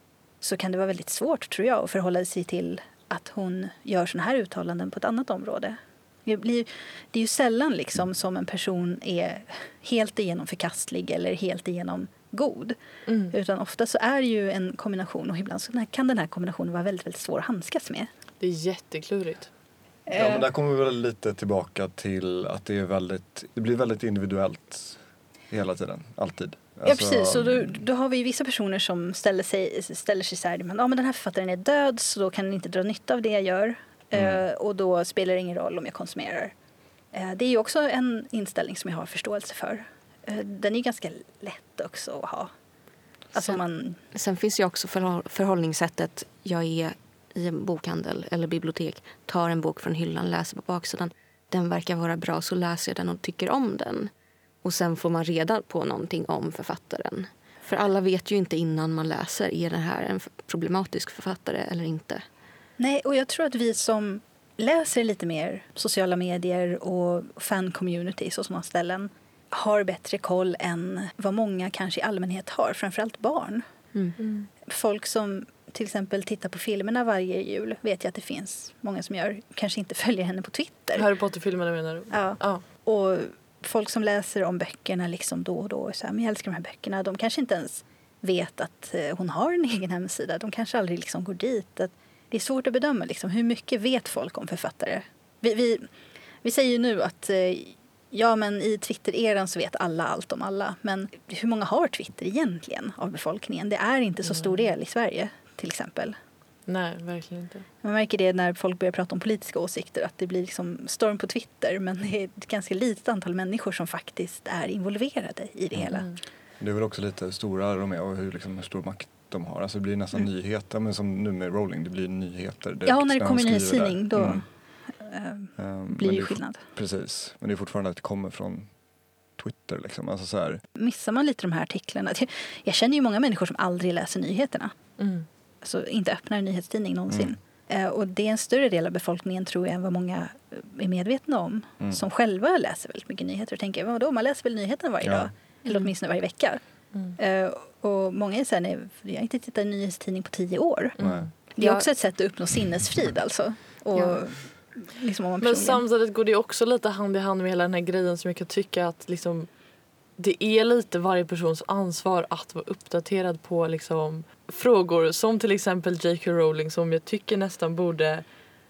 så kan det vara väldigt svårt tror jag att förhålla sig till att hon gör såna här uttalanden på ett annat område. Det, blir, det är ju sällan liksom som en person är helt igenom förkastlig eller helt igenom god. Mm. Utan ofta så är det ju en kombination och ibland så kan den här kombinationen vara väldigt, väldigt svår att handskas med. Det är jätteklurigt. Ja, men där kommer vi väl lite tillbaka till att det är väldigt, det blir väldigt individuellt hela tiden, alltid. Ja, alltså, precis. Så då, då har vi vissa personer som ställer sig, ställer sig så här, men, ja, men den här författaren är död så då kan den inte dra nytta av det jag gör. Mm. Uh, och då spelar det ingen roll om jag konsumerar. Uh, det är ju också en inställning som jag har förståelse för. Den är ganska lätt också att ha. Alltså sen, man... sen finns ju också förhåll, förhållningssättet. Jag är i en bokhandel eller bibliotek, tar en bok från hyllan, läser på baksidan. Den verkar vara bra, så läser jag den och tycker om den. Och sen får man reda på någonting om författaren. För alla vet ju inte innan man läser, är den här en problematisk författare eller inte? Nej, och jag tror att vi som läser lite mer sociala medier och fan-communities och sådana ställen har bättre koll än vad många kanske i allmänhet har, framförallt barn. Mm. Mm. Folk som till exempel tittar på filmerna varje jul vet jag att det finns många som gör, kanske inte följer henne på Twitter. Harry Potter-filmerna menar du? Ja. Ja. Och folk som läser om böckerna liksom då och då och så här, men jag älskar de här böckerna, de kanske inte ens vet att hon har en egen hemsida. De kanske aldrig liksom går dit. Att det är svårt att bedöma liksom, hur mycket vet folk om författare. Vi, vi, vi säger ju nu att ja, men i Twitter-eran så vet alla allt om alla. Men hur många har Twitter egentligen av befolkningen? Det är inte så stor del i Sverige till exempel. Nej, verkligen inte. Man märker det när folk börjar prata om politiska åsikter, att det blir liksom storm på Twitter, men det är ett ganska litet antal människor som faktiskt är involverade i det hela. Mm. Det är väl också lite hur stora de är och hur, liksom, hur stor makt de har. Alltså det blir nästan Mm. nyheter, men som nu med Rowling, det blir nyheter direkt. Ja, när det de kommer en skriver nyhetstidning där. då Mm. eh, Um, blir men det är skillnad. Precis, men det är fortfarande att det kommer från Twitter liksom. Alltså så här. Missar man lite de här artiklarna? Jag känner ju många människor som aldrig läser nyheterna. Mm. Alltså inte öppnar en nyhetstidning någonsin. Mm. Eh, och det är en större del av befolkningen, tror jag, än vad många är medvetna om. Mm. Som själva läser väldigt mycket nyheter och tänker, vadå, man läser väl nyheterna varje Ja. dag? Eller åtminstone varje vecka. Mm. Eh, och många är så här, nej, jag har inte tittat i en nyhetstidning på tio år. Nej. Det är Ja. också ett sätt att uppnå sinnesfrid alltså. Och Ja. liksom om man Men personligen- samtidigt går det också lite hand i hand med hela den här grejen som jag kan tycka att liksom, det är lite varje persons ansvar att vara uppdaterad på liksom, frågor som till exempel J K Rowling, som jag tycker nästan borde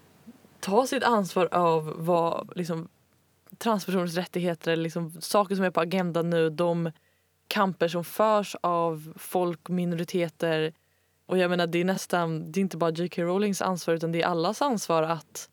ta sitt ansvar av vad liksom, transpersoners rättigheter, liksom, saker som är på agendan nu, de kamper som förs av folk, minoriteter. Och jag menar, det är nästan, det är inte bara J K Rowlings ansvar, utan det är allas ansvar att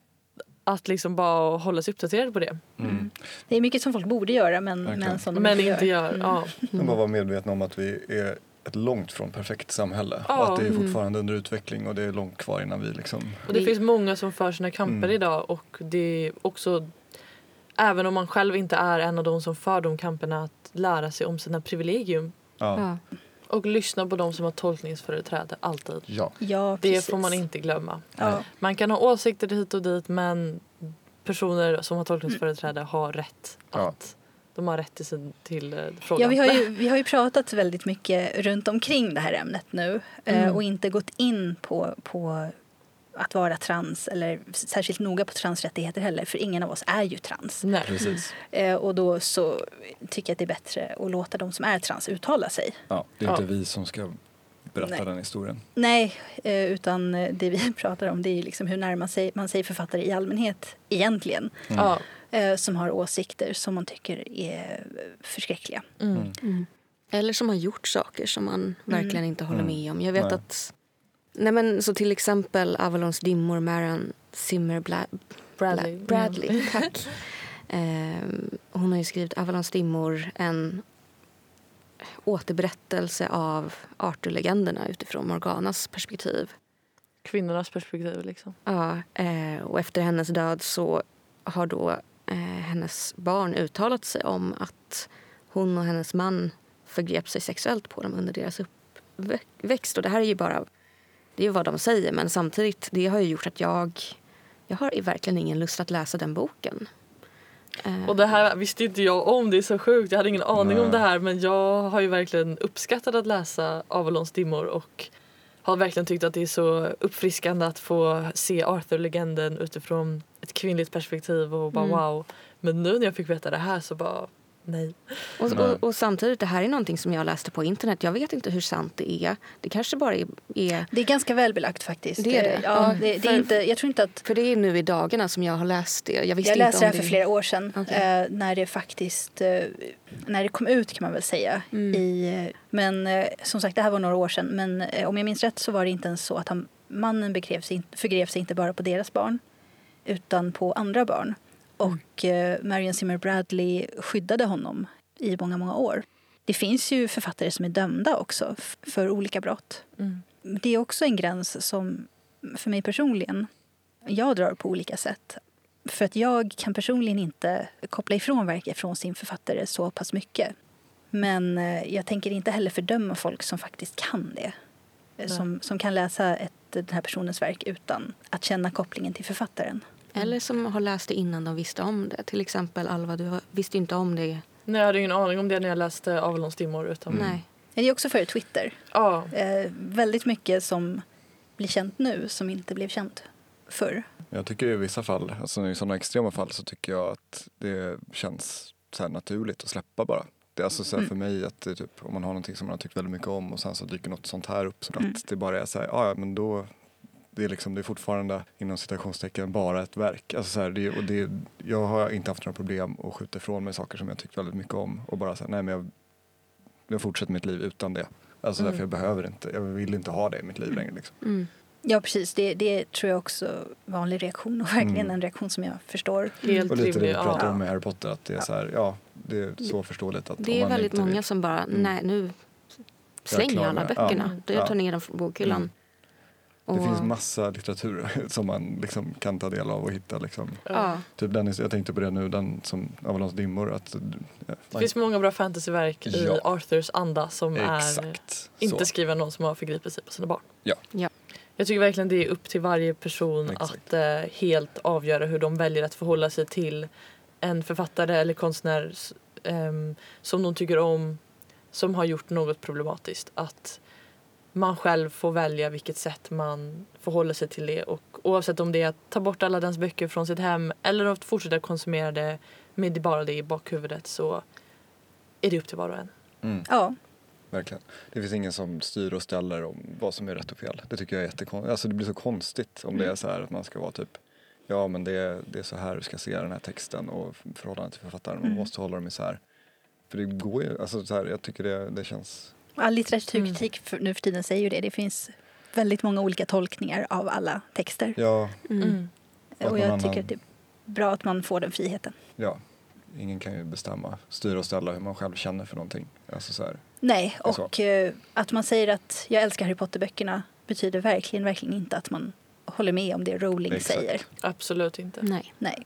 att liksom bara hålla sig uppdaterad på det. Mm. Det är mycket som folk borde göra, men, Verkligen. men som de Men inte inte gör. gör. Mm. Ja. Man bara vara medvetna om att vi är ett långt från perfekt samhälle. Ja. Och att det är Mm. fortfarande under utveckling och det är långt kvar innan vi liksom... Och det Vi- finns många som för sina kamper Mm. idag, och det är också, även om man själv inte är en av de som för de kamperna, att lära sig om sina privilegium Ja. Ja. och lyssna på de som har tolkningsföreträde alltid. Ja. Ja, Det precis. får man inte glömma. Ja. Man kan ha åsikter hit och dit, men personer som har tolkningsföreträde har rätt Ja. att de har rätt till, sin, till eh, frågan. Ja, vi har, ju, vi har ju pratat väldigt mycket runt omkring det här ämnet nu eh, Mm. och inte gått in på, på att vara trans eller särskilt noga på transrättigheter heller, för ingen av oss är ju trans. Nej. Precis. Eh, och då så tycker jag att det är bättre att låta de som är trans uttala sig. Ja, det är inte Ja. vi som ska berätta Nej. den historien. Nej, eh, utan det vi pratar om, det är ju liksom hur närmar sig, man säger författare i allmänhet egentligen, Mm. Ja. eh, som har åsikter som man tycker är förskräckliga. Mm. Mm. Mm. Eller som har gjort saker som man verkligen inte håller Mm. med om. Jag vet Nej. att... Nej, men, så till exempel Avalons dimmor, Marian Zimmer Bla- Bradley. Bla- Bradley, tack. Ehm, hon har ju skrivit Avalons dimmor, en återberättelse av Arthur-legenderna utifrån Morganas perspektiv. Kvinnornas perspektiv liksom. Ja, eh, och efter hennes död så har då eh, hennes barn uttalat sig om att hon och hennes man förgrep sig sexuellt på dem under deras uppväxt. Och det här är ju bara, det är ju vad de säger, men samtidigt, det har ju gjort att jag, jag har verkligen ingen lust att läsa den boken. Eh, Och det här visste inte jag om, det är så sjukt. Jag hade ingen aning Nej. om det här, men jag har ju verkligen uppskattat att läsa Avalons dimmor och har verkligen tyckt att det är så uppfriskande att få se Arthur-legenden utifrån ett kvinnligt perspektiv och bara Mm. wow. Men nu när jag fick veta det här så bara nej. Och, Nej. och, och samtidigt, det här är någonting som jag läste på internet. Jag vet inte hur sant det är. Det kanske bara är... är Det är ganska välbelagt faktiskt. Det är det. Eh, Ja, Mm. det, det är För- inte, jag tror inte att... för det är nu i dagarna som jag har läst det. Jag visste Jag inte läste det om här för flera år sedan, Okej. eh, när det faktiskt eh, när det kom ut kan man väl säga. Mm. I, eh, men eh, som sagt, det här var några år sedan. Men eh, om jag minns rätt så var det inte ens så att han, mannen begrev sig, in- förgrev sig inte bara på deras barn utan på andra barn. Och eh, Marian Zimmer Bradley skyddade honom i många, många år. Det finns ju författare som är dömda också för olika brott. Mm. Det är också en gräns som för mig personligen, jag drar på olika sätt. För att jag kan personligen inte koppla ifrån verket från sin författare så pass mycket. Men jag tänker inte heller fördöma folk som faktiskt kan det. Som, som kan läsa ett, den här personens verk utan att känna kopplingen till författaren. Eller som har läst det innan de visste om det. Till exempel Alva, du visste inte om det. Nej, jag hade ingen aning om det när jag läste Avalons dimmor. Utan... Mm. Nej. Det är också för Twitter. Ja. Eh, väldigt mycket som blir känt nu som inte blev känt förr. Jag tycker i vissa fall, alltså i sådana extrema fall så tycker jag att det känns så här naturligt att släppa bara. Det är alltså så här Mm. för mig att det, typ, om man har någonting som man har tyckt väldigt mycket om och sen så dyker något sånt här upp så Mm. att det bara är så här, ja men då det är liksom det är fortfarande inom citationstecken bara ett verk. Alltså så här, det, och det, jag har inte haft några problem att skjuta ifrån mig saker som jag tyckt väldigt mycket om och bara säga nej men jag, jag fortsätter mitt liv utan det. Alltså Mm. därför jag behöver inte, jag vill inte ha det i mitt liv längre liksom. Mm. Ja, precis. Det, det tror jag också är en vanlig reaktion och verkligen Mm. en reaktion som jag förstår. Helt Och lite det rimlig. vi pratade Ja. om med Harry Potter att det är så här, ja det är så förståeligt att Det om är man väldigt inte många vill. som bara, Mm. nej nu slänger jag alla Jag klarar- böckerna. ja. Jag Ja. tar ner dem från bokhyllan. Mm. Det Och- finns massa litteratur som man liksom kan ta del av och hitta liksom. Ja. Typ den, jag tänkte på det nu, den som Avalons dimmor. Att, ja, Det finns många bra fantasyverk i Ja. Arthurs anda som är exakt. inte så. skriven av någon som har förgripit sig på sina barn. Ja. Ja. Jag tycker verkligen det är upp till varje person Exakt. att eh, helt avgöra hur de väljer att förhålla sig till en författare eller konstnär s- ehm, som de tycker om, som har gjort något problematiskt. Att man själv får välja vilket sätt man förhåller sig till det. Och oavsett om det är att ta bort alla dens böcker från sitt hem eller att fortsätta konsumera det med bara det i bakhuvudet, så är det upp till var och en. Mm, Ja, verkligen. Det finns ingen som styr och ställer om vad som är rätt och fel. Det tycker jag är jättekonstigt. Alltså det blir så konstigt om det är så här att man ska vara typ ja men det är, det är så här du ska se den här texten och förhållande till författaren. Man Mm. måste hålla dem isär. För det går ju, alltså så här, jag tycker det, det känns all litteraturkritik för, nu för tiden säger ju det. Det finns väldigt många olika tolkningar av alla texter. ja, Mm. Mm. att Och någon jag tycker annan- att det är bra att man får den friheten. ja. Ingen kan ju bestämma, styra och ställa hur man själv känner för någonting. Alltså så här. Nej, Det är så. och eh, att man säger att jag älskar Harry Potter-böckerna betyder verkligen, verkligen inte att man håller med om det Rowling Exakt. säger. Absolut inte. Nej. Nej.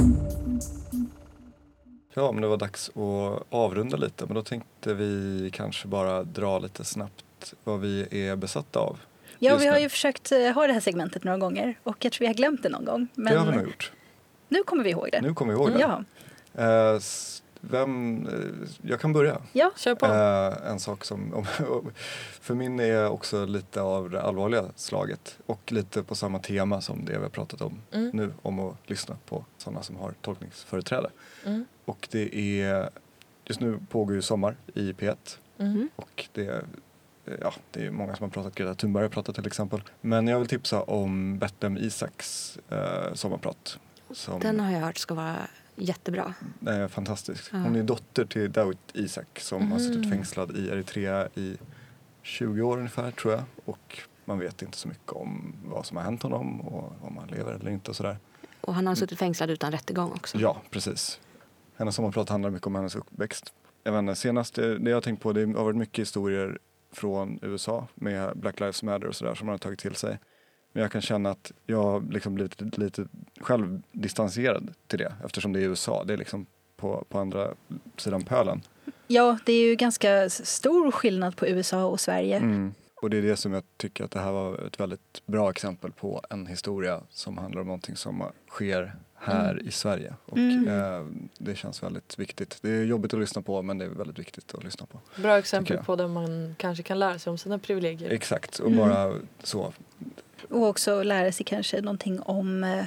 Ja, men det var dags att avrunda lite. Men då tänkte vi kanske bara dra lite snabbt vad vi är besatta av. Ja, Just vi har nu. ju försökt eh, ha det här segmentet några gånger och jag tror vi har glömt det någon gång. Men Det har vi nog gjort. nu kommer vi ihåg det. Nu kommer vi ihåg det. Ja, Eh, s- vem, eh, jag kan börja. ja. Kör på. Eh, en sak som, om, för min är också lite av det allvarliga slaget. Och lite på samma tema som det vi har pratat om Mm. nu. Om att lyssna på sådana som har tolkningsföreträde. Mm. Och det är, just nu pågår ju sommar i P ett. Mm. Och det är, ja, det är många som har pratat, Greta Thunberg har pratat till exempel. Men jag vill tipsa om Betlehem Isaks eh, sommarprat. Som Den har jag hört ska vara jättebra. är fantastisk. Ja. Hon är dotter till Dawit Isaak som har suttit Mhm. fängslad i Eritrea i tjugo år ungefär tror jag. Och man vet inte så mycket om vad som har hänt honom och om han lever eller inte och sådär. Och han har suttit fängslad utan rättegång också. Ja, precis. Hennes sommarprat handlar mycket om hennes uppväxt. Jag vet inte, senast det, det jag har tänkt på, det har varit mycket historier från U S A med Black Lives Matter och sådär som man har tagit till sig. Men jag kan känna att jag har liksom blivit lite, lite själv distanserad till det eftersom det är U S A. Det är liksom på, på andra sidan pölen. Ja, det är ju ganska stor skillnad på U S A och Sverige. Mm. Och det är det som jag tycker att det här var ett väldigt bra exempel på en historia som handlar om någonting som sker här Mm. i Sverige. Och Mm. eh, det känns väldigt viktigt. Det är jobbigt att lyssna på men det är väldigt viktigt att lyssna på. Bra exempel Tycker jag. på där man kanske kan lära sig om sina privilegier. Exakt, och Mm. bara så. Och också lära sig kanske någonting om eh,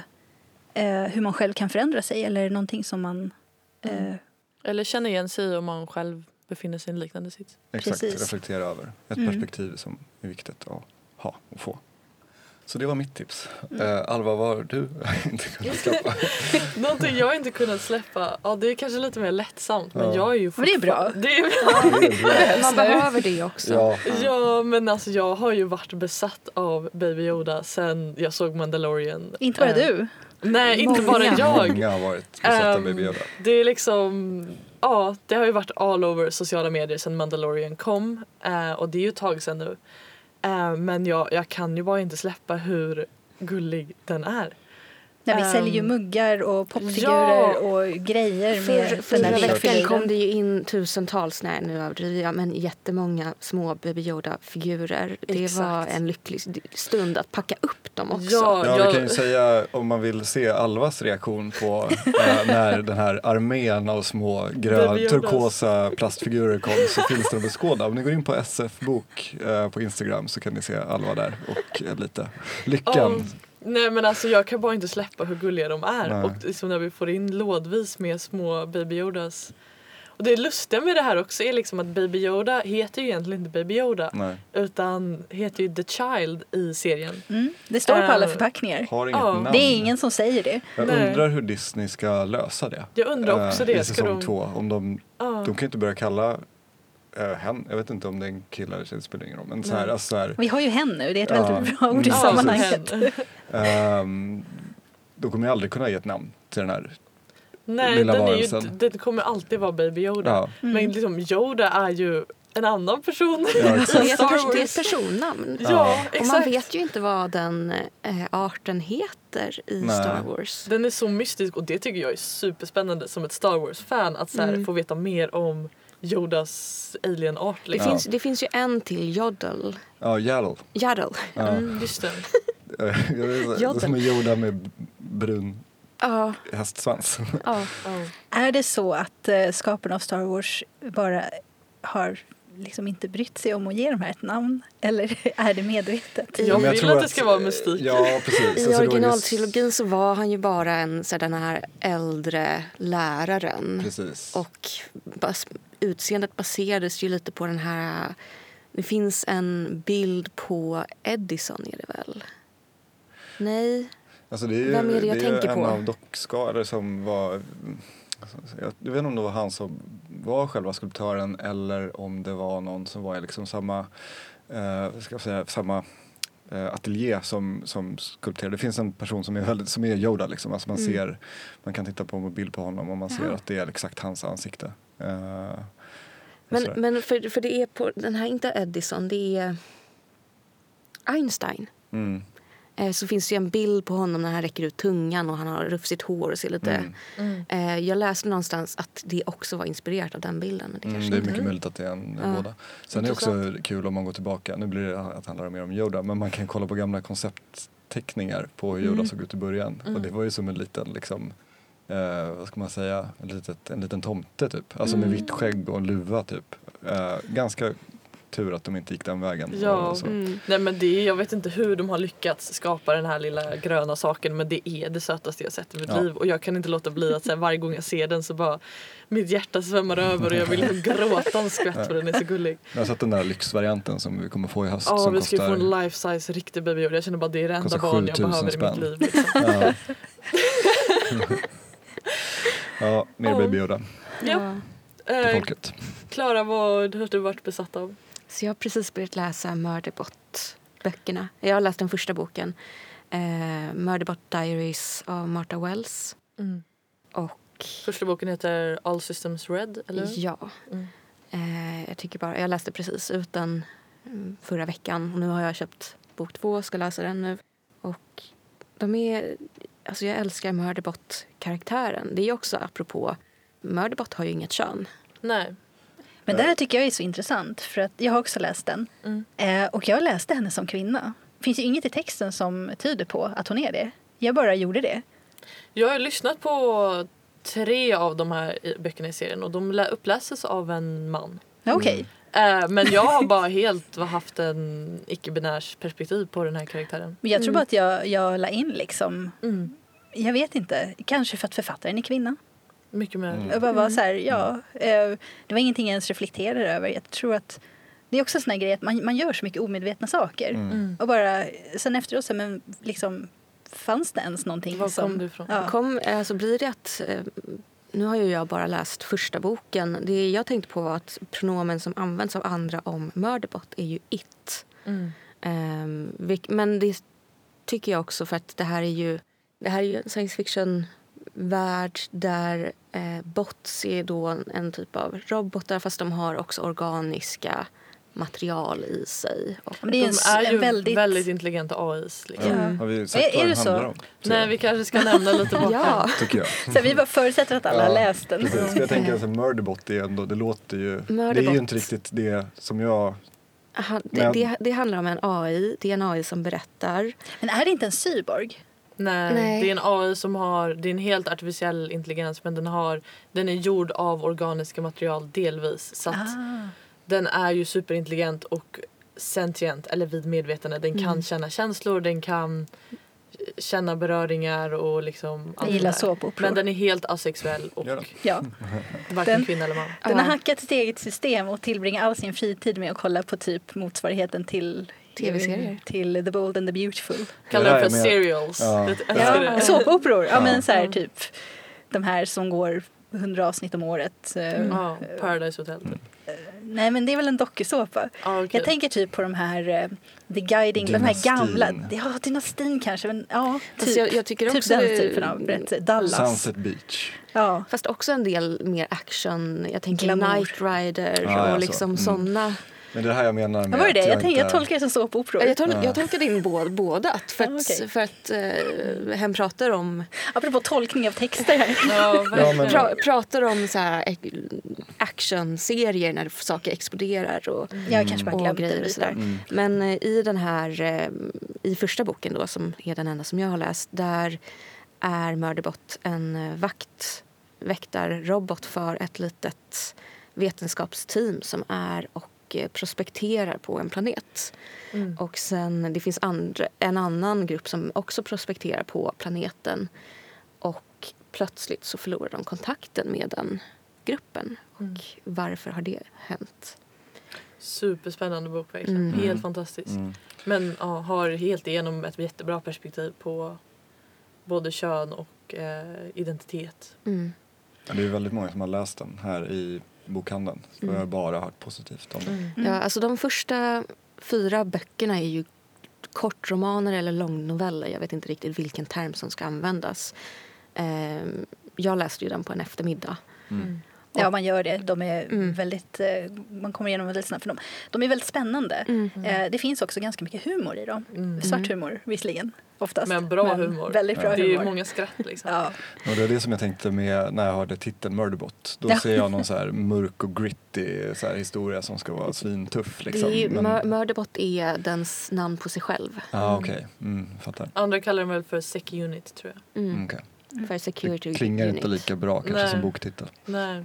eh, hur man själv kan förändra sig eller någonting som man... Eh, Mm. Eller känna igen sig om man själv befinner sig i en liknande sits. Exakt, Precis. reflektera över. Ett Mm. perspektiv som är viktigt att ha och få. Så det var mitt tips. Mm. Eh, Alva, vad har du inte kunnat släppa? Någonting jag inte kunnat släppa, ja det är kanske lite mer lättsamt men Ja. jag är ju Men det är bra. fortfarande- Det är Det är bra. Man behöver det också. Ja. Ja men alltså jag har ju varit besatt av Baby Yoda sen jag såg Mandalorian. inte bara Eh, du. Nej inte bara Många. jag. Många har varit besatta av Ehm, Baby Yoda. Det är liksom ja, det har ju varit all over sociala medier sedan Mandalorian kom. Uh, och det är ju ett tag sedan nu. Uh, men jag, jag kan ju bara inte släppa hur gullig den är. Ja, vi Um, säljer ju muggar och popfigurer ja. och grejer För, med för den här förra veckan lekfiguren. kom det ju in tusentals, nej nu överdriver jag, men jättemånga små Baby Yoda-figurer. Det Exakt. var en lycklig stund att packa upp dem också. Ja, Ja, jag, vi kan ju säga om man vill se Alvas reaktion på eh, när den här armén av små grön, Baby Yodas. turkosa plastfigurer kom, så finns det att beskåda. Om ni går in på S F Bok eh, på Instagram så kan ni se Alva där och eh, lite Lyckan. Oh. Nej men alltså jag kan bara inte släppa hur gulliga de är. Nej. Och liksom när vi får in lådvis med små Baby Yodas. Och det lustiga med det här också är liksom att Baby Yoda heter ju egentligen inte Baby Yoda. Nej. Utan heter ju The Child i serien. Mm, det står på alla Uh, förpackningar. Har inget Ja. namn. Det är ingen som säger det. Jag Nej. undrar hur Disney ska lösa det. Jag undrar också eh, det. I Ska säsong de... två. Om de, Ja. de kan ju inte börja kalla uh, hen, jag vet inte om det är en kille eller det spelar ingen roll. Men så här, Nej. alltså så här, Vi har ju hen nu, det är ett Ja. väldigt bra ord i Ja, sammanhanget. hen. ehm, de kommer ju aldrig kunna ge ett namn till den här. Nej, Lilla den, är ju, varelsen. den kommer alltid vara Baby Yoda. Ja. Mm. Men liksom Yoda är ju en annan person. Ja, Så exakt. det, är ett, Star pers- det är Wars. ett personnamn. Ja, Ja. exakt. Och man vet ju inte vad den eh, arten heter i Nej. Star Wars. Den är så mystisk och det tycker jag är superspännande som ett Star Wars-fan att så här, Mm. få veta mer om Yodas alien-art. Det, Liksom. finns, det finns ju en till, Jodel. Ja, Yaddle. Yaddle. Ja. Mm, just det. Jag vet inte, Yaddle. som är Yoda med brun Ja, hästsvans. ja. Ja. Är det så att eh, skaparna av Star Wars bara har liksom inte brytt sig om att ge de här ett namn? Eller är det medvetet? Jag Men vill tror att det ska vara mystik. Ja, precis. I Alltså, det var ju- originaltrilogin så var han ju bara en så den här äldre läraren. Precis. Och bas, utseendet baserades ju lite på den här... Det finns en bild på Edison, är det väl? Nej. Alltså det är ju, Vem är det jag är tänker en på? av dockskador som var... Jag vet inte om det var han som var själva skulptören eller om det var någon som var i liksom samma, eh, ska jag säga, samma eh, ateljé som, som skulpterade. Det finns en person som är, väldigt, som är Yoda. Liksom. Alltså man, Mm. ser, man kan titta på en bild på honom och man ser Jaha. att det är exakt hans ansikte. Eh, Men, sådär. men för, för det är på... Den här inte Edison, det är Einstein. Mm. Eh, så finns det ju en bild på honom när han räcker ut tungan och han har rufsigt hår och ser lite... Mm. Mm. Eh, jag läste någonstans att det också var inspirerat av den bilden. Men det, Mm, kanske det är inte mycket är. möjligt att det är en Ja. båda. Sen är det också kul om man går tillbaka. Nu blir det att det handlar mer om Yoda. Men man kan kolla på gamla konceptteckningar på hur Yoda Mm. såg ut i början. Mm. Och det var ju som en liten, liksom, eh, vad ska man säga, en, litet, en liten tomte typ. Alltså Mm. med vitt skägg och en luva typ. Eh, ganska tur att de inte gick den vägen. Ja. Och så. Mm. Nej men det är, jag vet inte hur de har lyckats skapa den här lilla gröna saken men det är det sötaste jag sett i mitt Ja. liv och jag kan inte låta bli att så här, varje gång jag ser den så bara mitt hjärta svämmar över och jag vill liksom gråta en skvätt för den är så gullig. Jag har sett den där lyxvarianten som vi kommer få i höst. Ja som vi ska ju kostar, få en life size riktig Baby Yoda. Jag känner bara det är det enda Kostar barn jag sjutusen behöver i mitt spänn. liv. Liksom. ja. ja, mer Ja. Baby Yoda Ja. till Eh, folket. Klara, vad har du varit besatt av? Så jag har precis börjat läsa Murderbot-böckerna. Jag har läst den första boken. Eh, Murderbot Diaries av Martha Wells. Mm. Och Första boken heter All Systems Red, eller? ja, Mm. eh, jag tycker bara, jag läste precis ut den mm, förra veckan. Och nu har jag köpt bok två och ska läsa den nu. Och de är, alltså jag älskar Murderbot-karaktären. Det är ju också apropå, Murderbot har ju inget kön. Nej. Men det här tycker jag är så intressant för att jag har också läst den. Mm. Eh, och jag läste henne som kvinna. Det finns ju inget i texten som tyder på att hon är det. Jag bara gjorde det. Jag har lyssnat på tre av de här i- böckerna i serien och de lä- uppläses av en man. Ja, okej. Eh, men jag har bara helt haft en icke-binärs perspektiv på den här karaktären. Men jag tror Mm. bara att jag, jag la in liksom, Mm. jag vet inte, kanske för att författaren är kvinna. Mycket mer. Mm. Jag bara var så här, ja, eh, det var ingenting jag ens reflekterade över. Jag tror att det är också en sån här grej att man, man gör så mycket omedvetna saker. Mm. Mm. Och bara, sen efteråt så, men liksom, fanns det ens någonting Var som... kom du ifrån? Ja. Kom, alltså blir det att, eh, nu har ju jag bara läst första boken. Det jag tänkte på var att pronomen som används av andra om Murderbot är ju it. Mm. Ehm, vilk- men det tycker jag också för att det här är ju, det här är ju en science fiction värld där eh, bots är då en, en typ av robotar fast de har också organiska material i sig. Och Men det är, de en, är ju en väldigt... väldigt intelligenta A Is. Liksom. Ja. Ja. Har vi sagt Är- vad är den det så? handlar om? Nej, vi kanske ska nämna lite bakom. Ja. Tycker jag. Så vi bara förutsätter att alla har läst den. Precis. För jag tänker att Murderbot är ändå, det låter ju, det är Murderbot. ju inte riktigt det som jag... Aha, det, Men- det, det handlar om en A I. Det är en A I som berättar. Men är det inte en cyborg? Nej, Nej. det är en A I som har, det är en helt artificiell intelligens men den har, den är gjord av organiska material delvis. Så att Ah. den är ju superintelligent och sentient eller vid medvetande. Den kan Mm. känna känslor, den kan känna beröringar och liksom Jag gillar allt det där. såpoperor. Men den är helt asexuell och Ja då. Ja. varken Den- kvinna eller man. Den har Ja. hackat sitt eget system och tillbringar all sin fritid med att kolla på typ motsvarigheten till Tv-serier. Till The Bold and the Beautiful. Kallar Det det där för är med- serials. Ja. Jag älskar Ja, det. såpoperor. Ja, Ja. men så här Ja. typ de här som går hundra avsnitt om året. Eh, Mm. Ja, Paradise Hotel. Typ. Nej, men det är väl en dokusåpa. Ja, okej. Jag tänker typ på de här eh, The Guiding, de här Dynastin. gamla. Ja, Dynastin kanske. Men, ja, Fast typ, jag, jag tycker typ också den det- typen av berättelse. Dallas. Sunset Beach. Ja. Fast också en del mer action. Jag tänker Glamour. Knight Rider Ja, ja, och så. liksom Mm. såna. Men det här jag menar med Vad var det? att Jag, tänk, jag inte- tolkar det som såpoperor. Jag, tol- Ja. jag tolkade in båda, båda för att, Ja, okej. för att eh, hen pratar om, Apropå tolkning av texter här. Ja, verkligen. men- pra, pratar om så här ek- actionserier när saker exploderar och, Jag kanske bara och glömde det grejer och lite. sådär. Mm. Men eh, i den här, eh, i första boken då som är den enda som jag har läst, där är Murderbot en eh, vakt, väktarrobot för ett litet vetenskapsteam som är och eh, prospekterar på en planet. Mm. Och sen det finns andra, en annan grupp som också prospekterar på planeten. Och plötsligt så förlorar de kontakten med den gruppen. Mm. Och varför har det hänt? Superspännande bok verkligen. Mm. Helt fantastisk. Mm. Men ja, har helt igenom ett jättebra perspektiv på både kön och eh, identitet. Mm. Ja, det är väldigt många som har läst den här i bokhandeln. Så Mm. jag har bara hört positivt om den. Mm. Mm. Ja, alltså de första fyra böckerna är ju kortromaner eller långnoveller. Jag vet inte riktigt vilken term som ska användas. Eh, jag läste ju den på en eftermiddag. Mm. Ja, man gör det. De är Mm. väldigt, eh, man kommer igenom väldigt snabbt för dem. De är väldigt spännande. Mm. Eh, Det finns också ganska mycket humor i dem. Mm. Svart humor visserligen, oftast. Men bra humor. Väldigt bra Ja. Det är ju humor. många skratt liksom. Ja. Och det är det som jag tänkte med när jag hörde titeln Murderbot. Då Ja. ser jag någon så här mörk och gritty så här historia som ska vara svintuff. Liksom. Det är, ju- Men- Mur- Murderbot är dens namn på sig själv. Ja, okej. Mm, fattar. Andra kallar den väl för Sec Unit tror jag. Mm. Mm, okej. För security Det klingar unit. inte lika bra kanske Nej. som boktitel. Nej.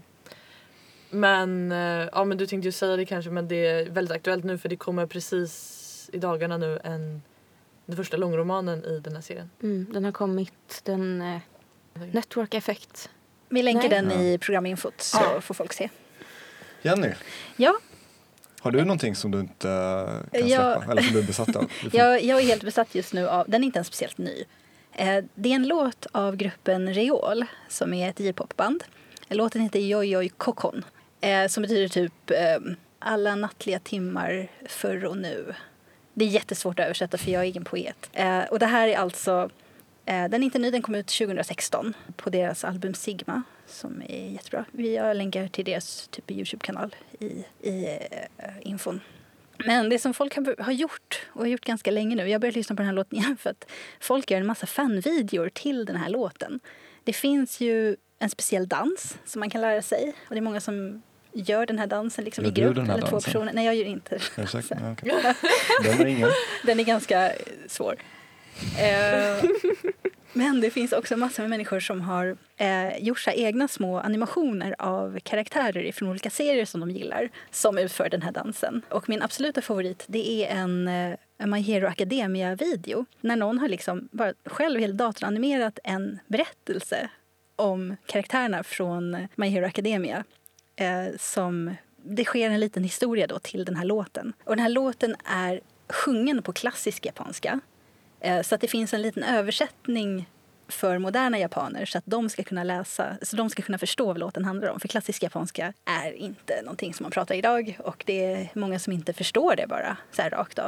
Men, eh, ja, men du tänkte ju säga det kanske men det är väldigt aktuellt nu för det kommer precis i dagarna nu en, den första långromanen i den här serien. Mm, den har kommit, den eh, Network Effect. Vi länkar Nej. den Ja. i programinfot så Ja. får folk se. Jenny, Ja, har du någonting som du inte eh, kan Ja. släppa? Eller som du är besatt av? Du får- jag, jag är helt besatt just nu av, den är inte ens speciellt ny. Eh, Det är en låt av gruppen Reol som är ett J-popband. Låten heter Joj Joj Kokon eh, som betyder typ eh, alla nattliga timmar förr och nu. Det är jättesvårt att översätta för jag är ingen poet. Eh, och det här är alltså, eh, den är inte ny, den kom ut tjugohundrasexton på deras album Sigma som är jättebra. Vi har länkar till deras typ Youtube-kanal i, i eh, infon. Men det som folk har, har gjort och har gjort ganska länge nu, jag har börjat lyssna på den här låten igen för att folk gör en massa fanvideor till den här låten. Det finns ju en speciell dans som man kan lära sig och det är många som gör den här dansen liksom Gör i du grupp den här eller två dansen? personer. Nej, jag gör inte. Är du säker? Ja, okej. Den är ingen. Den är ganska eh, svår. Eh, men det finns också massor med människor som har eh, gjort så här egna små animationer av karaktärer från olika serier som de gillar som utför den här dansen. Och min absoluta favorit det är en, eh, en My Hero Academia-video när någon har liksom bara själv helt datoranimerat en berättelse om karaktärerna från My Hero Academia eh, som det sker en liten historia då till den här låten. Och den här låten är sjungen på klassisk japanska. Eh, så att det finns en liten översättning för moderna japaner så att de ska kunna läsa, så de ska kunna förstå vad låten handlar om. För klassisk japanska är inte någonting som man pratar idag och det är många som inte förstår det bara så här rakt av.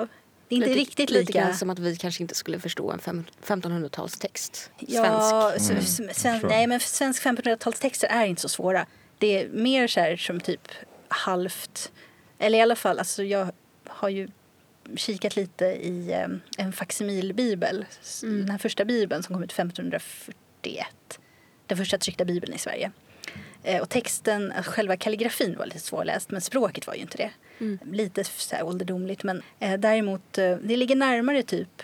Det är inte lite, riktigt lite lika. grann som att vi kanske inte skulle förstå en fem, femtonhundratalstext. Ja, Svensk. mm. Mm. sven, Sure. nej men svensk femtonhundratalstexter är inte så svåra. Det är mer så här som typ halvt, eller i alla fall, alltså jag har ju kikat lite i eh, en faksimilbibel, Mm. den här första bibeln som kom ut femtonhundrafyrtioett. Den första tryckta bibeln i Sverige. Eh, och texten, alltså själva kalligrafin var lite svårläst, men språket var ju inte det. Mm. Lite så här ålderdomligt, men eh, däremot eh, det ligger närmare typ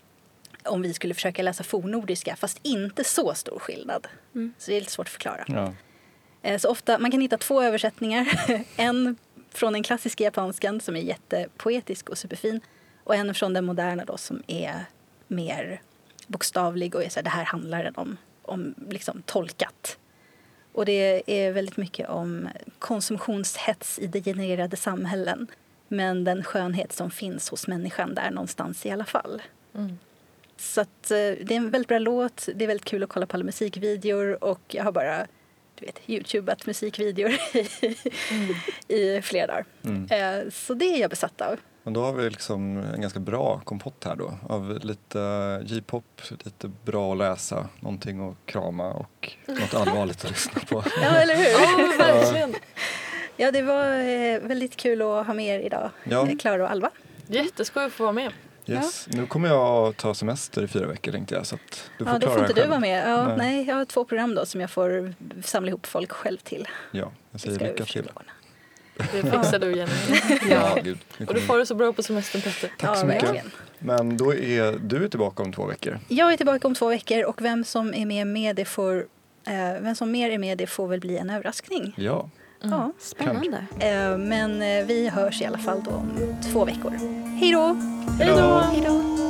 om vi skulle försöka läsa fornnordiska, fast inte så stor skillnad. Mm. Så det är lite svårt att förklara. Ja. Eh, så ofta, man kan hitta två översättningar. En från den klassiska japanskan som är jättepoetisk och superfin. Och en från den moderna då som är mer bokstavlig och är så här, det här handlar den om, om liksom tolkat. Och det är väldigt mycket om konsumtionshets i degenererade samhällen. Men den skönhet som finns hos människan där någonstans i alla fall. Mm. Så att, eh, det är en väldigt bra låt. Det är väldigt kul att kolla på alla musikvideor. Och jag har bara du vet, YouTubeat musikvideor i, Mm. i flera dagar. Mm. Eh, så det är jag besatt av. Men då har vi liksom en ganska bra kompott här då. Av lite J-pop, lite bra att läsa, någonting att krama och något allvarligt att lyssna på. Ja, eller hur? Ja, verkligen. Ja, det var eh, väldigt kul att ha med er idag. Ja. Eh, Klara och Alva. Jätteskoj att få vara med. Yes. Nu kommer jag ta semester i fyra veckor tänkte jag. Så att du får Ja, då klara får dig inte du själv. vara med. Ja, Nej. nej. Jag har två program då som jag får samla ihop folk själv till. Ja, jag Det säger ska vi lycka försöka till. ordna. Det fixar du, Jenny. Ja, gud. Nu Och du kommer- får det så bra på semestern, Petter. Tack så Ja, mycket. verkligen. Men då är du tillbaka om två veckor. Jag är tillbaka om två veckor och vem som är med, med det får, eh, vem som mer är med det får väl bli en överraskning. Ja. Mm. Ja. Spännande. Eh, men eh, vi hörs i alla fall då om två veckor. Hej då! Hej då! Hej då!